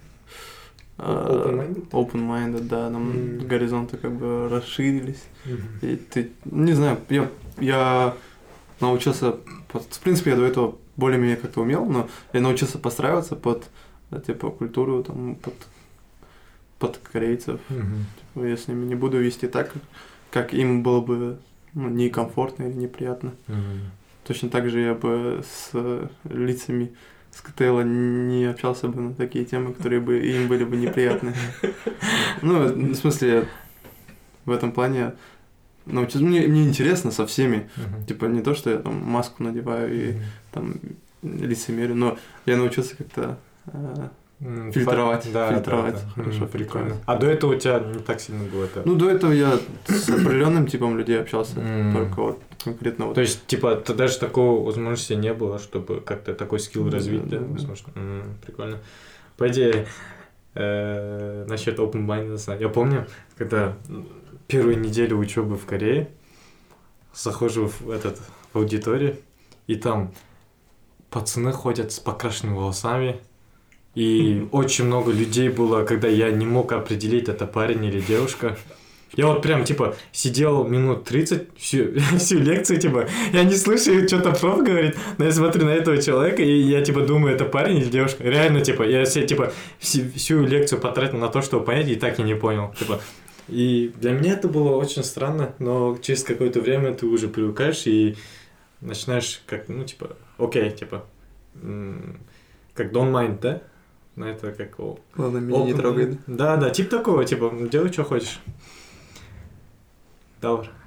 open-minded, да, горизонты как бы расширились. И ты, не знаю, я научился, в принципе, я до этого более-менее как-то умел, но я научился подстраиваться под, типа, культуру, там, под корейцев. Типа, я с ними не буду вести так, как им было бы некомфортно или неприятно. Точно так же я бы с лицами с КТЛ не общался бы на такие темы, которые бы им были бы неприятны. В смысле, в этом плане научиться. Мне интересно со всеми. Типа, не то, что я там маску надеваю и там лицемерю, но я научился как-то фильтровать. Хорошо, прикольно. А до этого у тебя не так сильно было это? До этого я с определенным типом людей общался. Только вот конкретно вот. То есть, типа, даже такого возможности не было, чтобы как-то такой скилл развить, да? Возможно. Прикольно. По идее, насчет open mindedness, я помню, когда первую неделю учебы в Корее захожу в аудиторию, и там пацаны ходят с покрашенными волосами, и очень много людей было, когда я не мог определить, это парень или девушка. Я вот прям, типа, сидел минут 30, всю лекцию, типа, я не слышу, что-то проф говорит, но я смотрю на этого человека, и я, типа, думаю, это парень или девушка. Реально, типа, я всю лекцию потратил на то, чтобы понять, и так и не понял, типа. И для меня это было очень странно, но через какое-то время ты уже привыкаешь и начинаешь как, окей, типа, как don't mind, да? Но это как... Ладно, меня не трогает. Да, типа такого, типа, делай, что хочешь. Добро.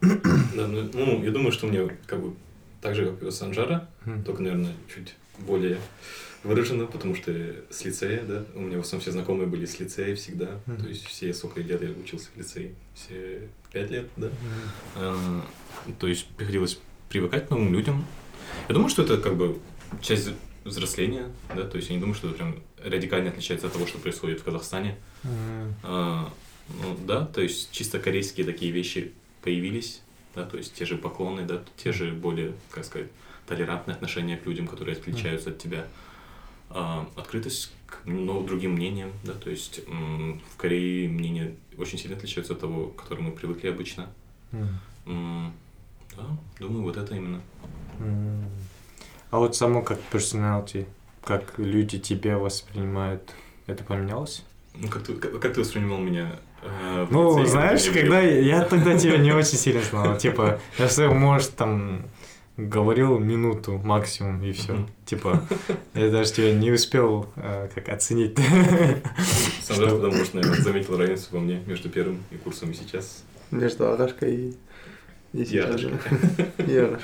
Да, ну, я думаю, что мне как бы так же, как и у Санжара, только, наверное, чуть более выражено, потому что с лицея, да, у меня в основном все знакомые были с лицея всегда, то есть все, сколько лет я учился в лицее, все 5 лет, да, то есть приходилось привыкать к новым людям. Я думаю, что это как бы часть взросления, да, то есть я не думаю, что это прям радикально отличается от того, что происходит в Казахстане. Ну, да, то есть чисто корейские такие вещи появились, да, то есть те же поклоны, да, те же более, как сказать, толерантные отношения к людям, которые отличаются от тебя, открытость к другим мнениям, да, то есть в Корее мнения очень сильно отличаются от того, к которому мы привыкли обычно. Да, думаю, вот это именно. А вот само как персоналити, как люди тебя воспринимают, это поменялось? Ну, как ты воспринимал меня? Ну, лицее, знаешь, когда я тогда тебя не очень сильно знал, типа, я все, может, там, говорил минуту максимум, и все. Типа, я даже тебя не успел как оценить. Санжар, потому что, наверное, заметил разницу во мне между первым и курсом и сейчас. Между Арашкой и сейчас. Я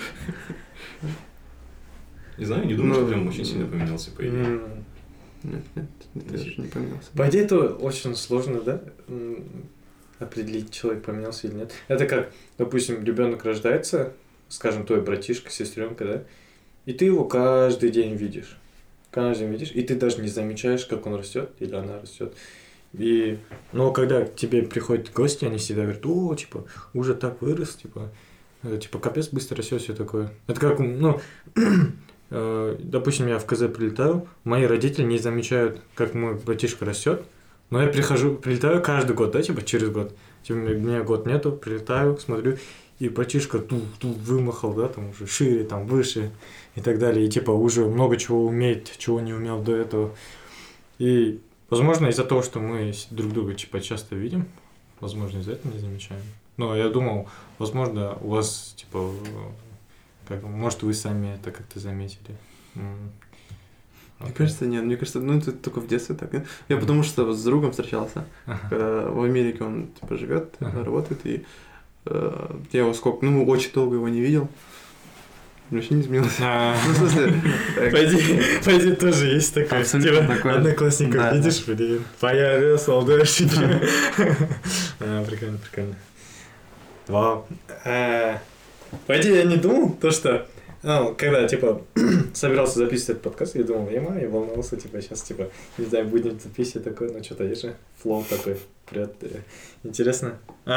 не знаю, не думаю, что прям очень сильно поменялся, по идее. Нет, это не поменялся. По идее, это очень сложно, да? Определить, человек поменялся или нет. Это как, допустим, ребенок рождается, скажем, твой братишка, сестренка, да? И ты его каждый день видишь. Каждый день видишь, и ты даже не замечаешь, как он растет или она растет. Но когда к тебе приходят гости, они всегда говорят: о, типа, уже так вырос, типа, капец, быстро растет, все такое. Это как, допустим, я в КЗ прилетаю, мои родители не замечают, как мой братишка растет, но я прилетаю каждый год, да, типа, через год. Типа, у меня год нету, прилетаю, смотрю, и братишка вымахал, да, там уже шире, там выше и так далее. И типа уже много чего умеет, чего не умел до этого. И, возможно, из-за того, что мы друг друга типа часто видим, возможно, из-за этого не замечаем. Но я думал, возможно, у вас, типа, может, вы сами это как-то заметили. Мне кажется, нет. Мне кажется, это только в детстве так. Я потому что с другом встречался. В Америке он, типа, живет, работает, и я его очень долго его не видел. Вообще не изменился. Ну, в смысле... По идее, тоже есть такое. Типа, одноклассников видишь, блин, появился, алдаши. Прикольно. Вау. По идее, я не думал, что... когда, типа, собирался записывать этот подкаст, я думал, я волновался, типа, сейчас, типа, не знаю, будем записывать такое, но что-то есть же, флоу такой, привет, интересно.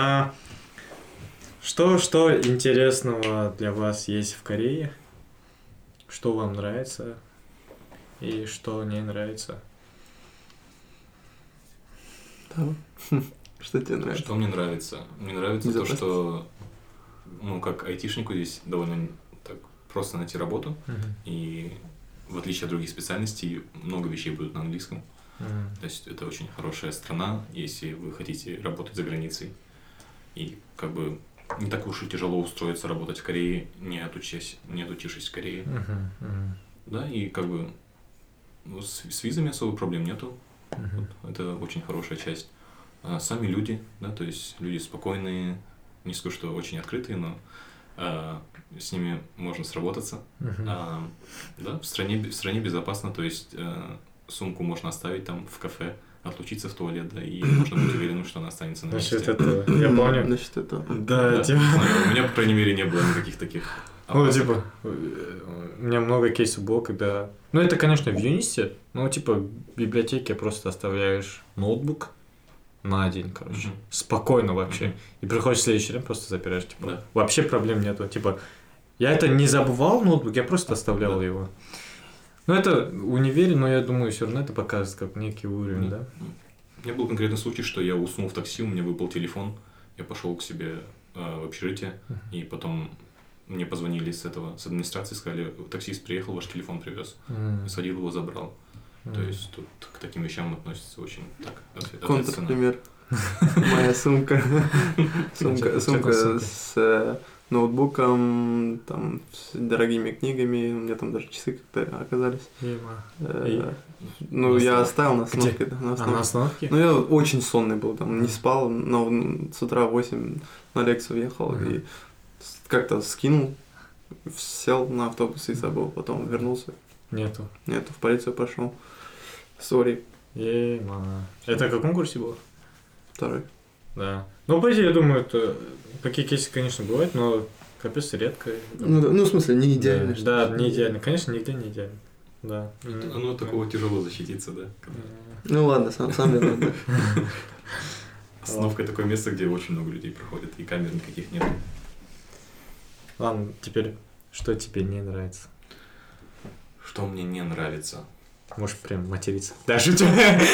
Что интересного для вас есть в Корее? Что вам нравится и что не нравится? Да. Что тебе нравится? Что мне нравится? Мне нравится то, что, как айтишнику здесь довольно так просто найти работу, и в отличие от других специальностей, много вещей будут на английском. То есть это очень хорошая страна, если вы хотите работать за границей. И как бы не так уж и тяжело устроиться работать в Корее, не отучившись в Корее. Да, и как бы с визами особо проблем нету. Это очень хорошая часть. Сами люди, да, то есть люди спокойные, не скажу, что очень открытые, но с ними можно сработаться. Да, в стране безопасно, то есть сумку можно оставить там в кафе, отлучиться в туалет, да, и можно быть уверенным, что она останется на месте. Насчет этого, я помню. Насчет этого. Да, типа... У меня, по крайней мере, не было никаких таких... типа, у меня много кейсов было, когда... это, конечно, в юнисте, типа, в библиотеке просто оставляешь ноутбук на день, короче. Спокойно вообще. И приходишь в следующий день, просто запираешь, типа, вообще проблем нету. Типа, я это не забывал, ноутбук, я просто оставлял его. Это в универе, но я думаю, все равно это показывает как некий уровень, да? У меня был конкретный случай, что я уснул в такси, у меня выпал телефон, я пошел к себе в общежитие, и потом мне позвонили с администрации, сказали: таксист приехал, ваш телефон привез. Сходил его, забрал. То есть тут к таким вещам относятся очень так ответственно. Контрпример. Моя сумка. Сумка с ноутбуком, там, с дорогими книгами, у меня там даже часы как-то оказались. Я оставил на остановке. На остановке? Я очень сонный был, там, не спал, но с утра в 8 на лекцию ехал, и как-то скинул, сел на автобус и забыл, потом вернулся. Нету. В полицию пошел. Сори. Это в каком курсе было? 2. Да. Ну, по идее, я думаю, это такие кейсы, конечно, бывают, но капец редко. Ну, в смысле, не идеально. Да, не идеально. Конечно, нигде не идеально. Да. Оно такого тяжело защититься, да? Ну ладно, сам виноват. Остановка — такое место, где очень много людей проходит, и камер никаких нет. Ладно, теперь, что тебе не нравится? Что мне не нравится? Можешь прям материться. Да, шучу.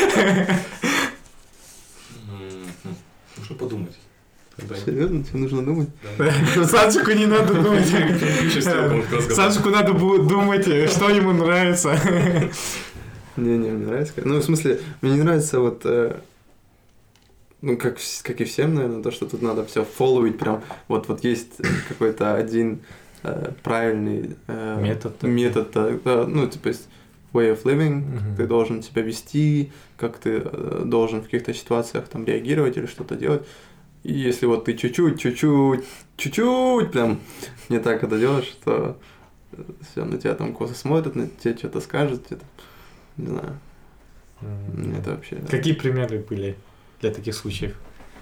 Нужно подумать. Серьезно? Тебе нужно думать? Санчику не надо думать. Санчику надо будет думать, что ему нравится. Не, мне нравится. Ну, в смысле, мне не нравится вот... Ну, как и всем, наверное, то, что тут надо все фолловить, прям вот есть какой-то один правильный метод, ну, типа, есть way of living, ты должен себя вести, как ты должен в каких-то ситуациях там реагировать или что-то делать. И если вот ты чуть-чуть прям не так это делаешь, то все, на тебя там косо смотрят, на тебя что-то скажут, где-то, не знаю. Это вообще... Какие примеры были для таких случаев?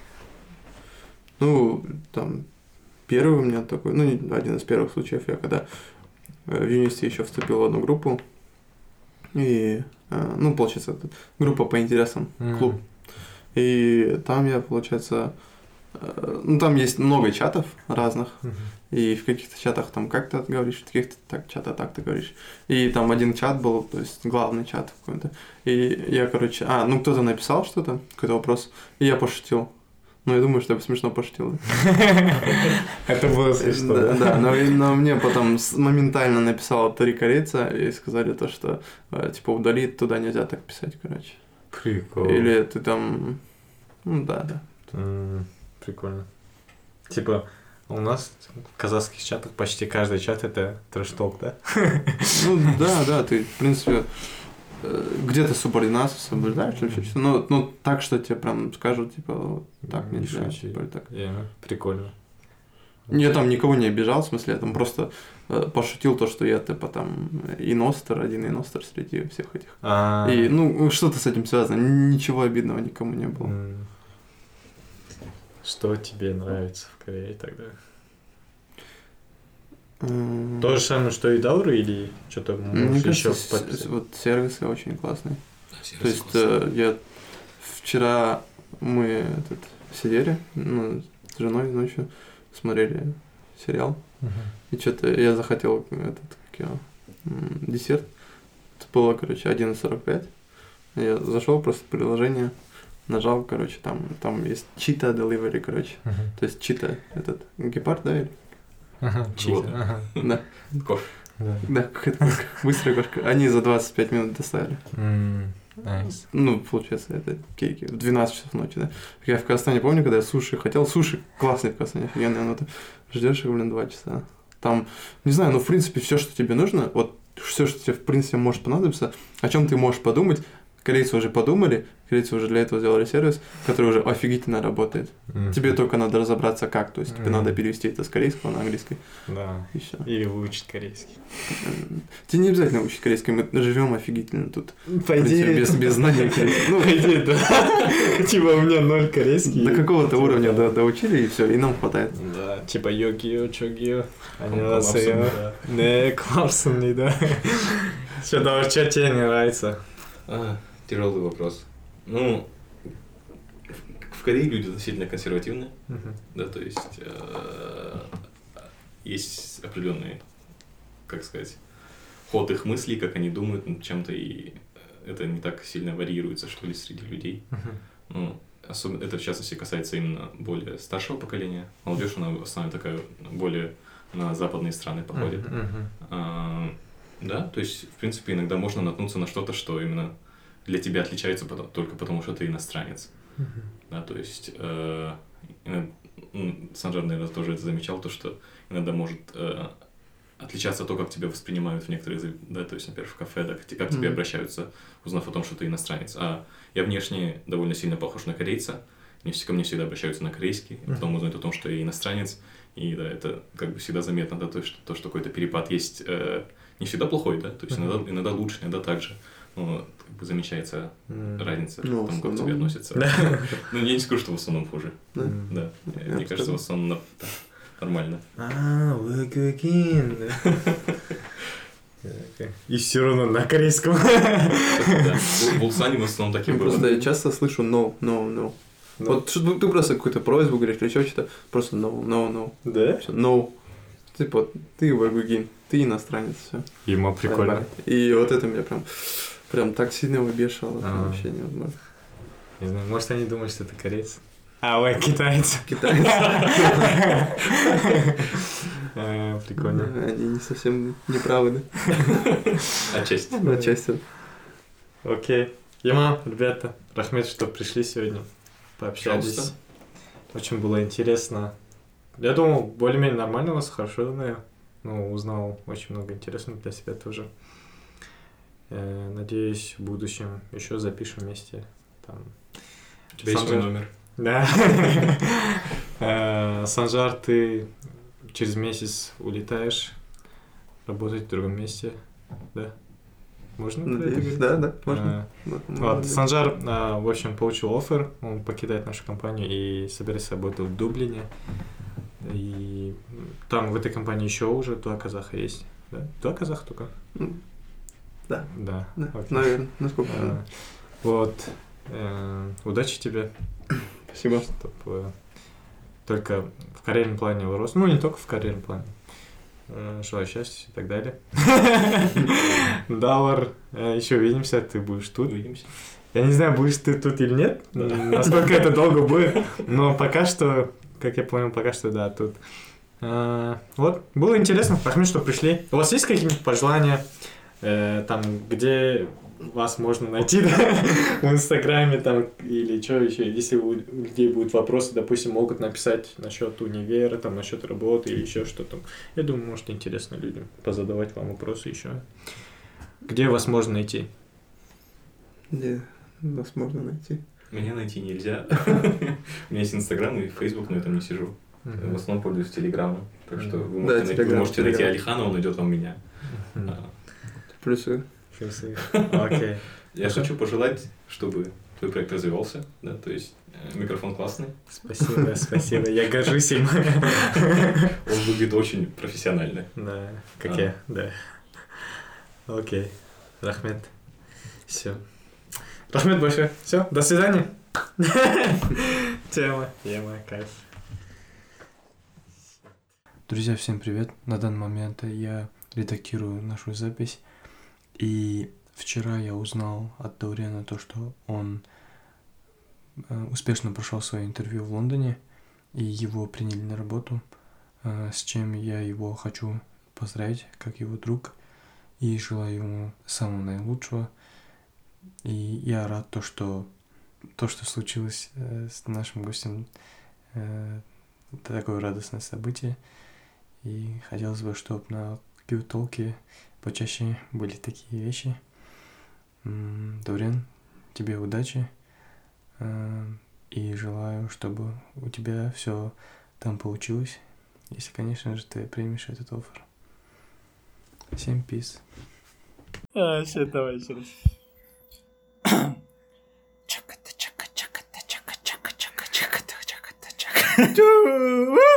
Ну, там, первый у меня такой, ну, один из первых случаев, я когда в юности еще вступил в одну группу, и, ну, получается, группа по интересам, клуб. И там я, получается, ну, там есть много чатов разных, и в каких-то чатах там как ты говоришь, в каких-то чатах так ты говоришь. И там один чат был, то есть главный чат какой-то. И я, короче, ну, кто-то написал что-то, какой-то вопрос, и я пошутил. Ну, я думаю, что я смешно пошутил. Это было смешно. Да, но мне потом моментально написало 3 корейца и сказали то, что, типа, удали, туда нельзя так писать, короче. Прикольно. Или ты там... Ну, да. Прикольно. Типа, у нас в казахских чатах почти каждый чат это трэш-толк, да? Ну, да, ты, в принципе, где-то субординацию соблюдаешь или что-то, но так, что тебе прям скажут, типа, вот так нельзя, типа, так. Прикольно. Я там никого не обижал, в смысле, я там просто пошутил то, что я, типа, там, один иностер среди всех этих. И, ну, что-то с этим связано, ничего обидного никому не было. Что тебе нравится в Корее тогда? То же самое, что и Дауры, или что-то можешь еще подписать? Вот сервисы очень классные. То есть вчера мы сидели, ну, с женой ночью, смотрели сериал, и что-то я захотел десерт. Это было, короче, 11:45. Я зашел просто в приложение, нажал, короче, там есть Cheetah Delivery, короче. То есть Cheetah, этот гепард, да, или? Cheetah. Да. Кошка. Да, какая-то быстрая кошка. Они за 25 минут доставили. Nice. Ну, получается, это кейки в 12 часов ночи, да. Я в Казахстане помню, когда я хотел суши, классный в Казахстане, офигенный, но ты ждешь их, 2 часа. Там, не знаю, ну, в принципе, все, что тебе нужно, вот все, что тебе, в принципе, может понадобиться, о чем ты можешь подумать, корейцы уже подумали, корейцы уже для этого сделали сервис, который уже офигительно работает. Тебе только надо разобраться как, то есть тебе надо перевести это с корейского на английский. Да. И все. Или выучить корейский. Тебе не обязательно учить корейский, мы живем офигительно тут. По идее, без знания корейского. Ну, по идее, да. Типа у меня 0 корейский. До какого-то уровня доучили, и все, и нам хватает. Да, типа йогио, чогио. 안녕하세요. 네, классный, да. Что тебе не нравится? Тяжелый вопрос. Ну, в Корее люди относительно консервативные, да, то есть есть определенный, как сказать, ход их мыслей, как они думают над чем-то, и это не так сильно варьируется, что ли, среди людей. Ну, особенно это, в частности, касается именно более старшего поколения. Молодежь, она в основном такая более на западные страны походит. Да, то есть, в принципе, иногда можно наткнуться на что-то, что именно для тебя отличается только потому, что ты иностранец. Да, то есть, Санжар, наверное, тоже это замечал, то, что иногда может отличаться то, как тебя воспринимают в некоторых, да, то есть, например, в кафе, да, как к тебе обращаются, узнав о том, что ты иностранец. А я внешне довольно сильно похож на корейца, ко мне всегда обращаются на корейский, потом узнают о том, что я иностранец, И да, это как бы всегда заметно, да, то, что какой-то перепад есть, не всегда плохой, да, то есть иногда лучше, иногда так же. Но как бы замечается разница в том, как к тебе относятся. Ну, я не скажу, что в основном хуже. Да. Мне кажется, в основном нормально. Вэгэгин. И все равно на корейском. Да. В Улсане в основном такие были. Просто я часто слышу no. Вот что ты просто какую-то просьбу говоришь или еще что-то, просто no. Да? Всё, no. Типа, ты вэгэгин, ты иностранец, все. Ему прикольно. И вот это меня прям так сильно выбешивало, вообще невозможно. Не знаю, может они думают, что ты корейец? Ой, китаец. Прикольно. Они не совсем неправы, да? Отчасти. Окей. Яма, ребята, рахмет, что пришли сегодня. Пообщались. Пожалуйста. Очень было интересно. Я думал, более-менее нормально вас, хорошо знаю. Ну, узнал очень много интересного для себя тоже. Надеюсь, в будущем еще запишем вместе. Там. У тебя есть мой номер? Да. Санжар, ты через месяц улетаешь работать в другом месте, да? Можно? Надеюсь, да, можно. Вот, Санжар, в общем, получил оффер, он покидает нашу компанию и собирается работать в Дублине. И там в этой компании еще уже 2 казаха есть, да? 2 казаха только? Да. Да. Наверное, насколько. Вот. Удачи тебе. Спасибо. Чтобы только в карьерном плане рос. Ну, не только в карьерном плане. Желаю счастья и так далее. Давар, еще увидимся, ты будешь тут. Увидимся. Я не знаю, будешь ты тут или нет, насколько это долго будет, но пока что, как я понял, пока что да, тут. Вот, было интересно, рахмет, что пришли. У вас есть какие-нибудь пожелания, там, где вас можно найти, да? В Инстаграме там или что еще, если у людей будут вопросы, допустим, могут написать насчет универа, там, насчет работы или еще что-то. Я думаю, может, интересно людям позадавать вам вопросы еще. Где вас можно найти? Где нас можно найти? Меня найти нельзя. У меня есть Инстаграм и Фейсбук, но я там не сижу. В основном пользуюсь Телеграмом. Так что вы можете найти Алихана, он найдет вам меня. Плюсы. Окей. Я хочу пожелать, чтобы твой проект развивался, да, то есть микрофон классный. Спасибо, я горжусь им. Он выглядит очень профессионально. Да, как я, да. Окей, рахмет. Все. Рахмет большое. Все, до свидания. Тема, кайф. Друзья, всем привет. На данный момент я редактирую нашу запись. И вчера я узнал от Даурена то, что он успешно прошел свое интервью в Лондоне, и его приняли на работу, с чем я его хочу поздравить, как его друг, и желаю ему самого наилучшего. И я рад то, что случилось с нашим гостем, это такое радостное событие, и хотелось бы, чтобы на Q-толке почаще были такие вещи. Даурен, тебе удачи. И желаю, чтобы у тебя все там получилось. Если, конечно же, ты примешь этот оффер. Всем peace. Все, давай еще раз. Чаката.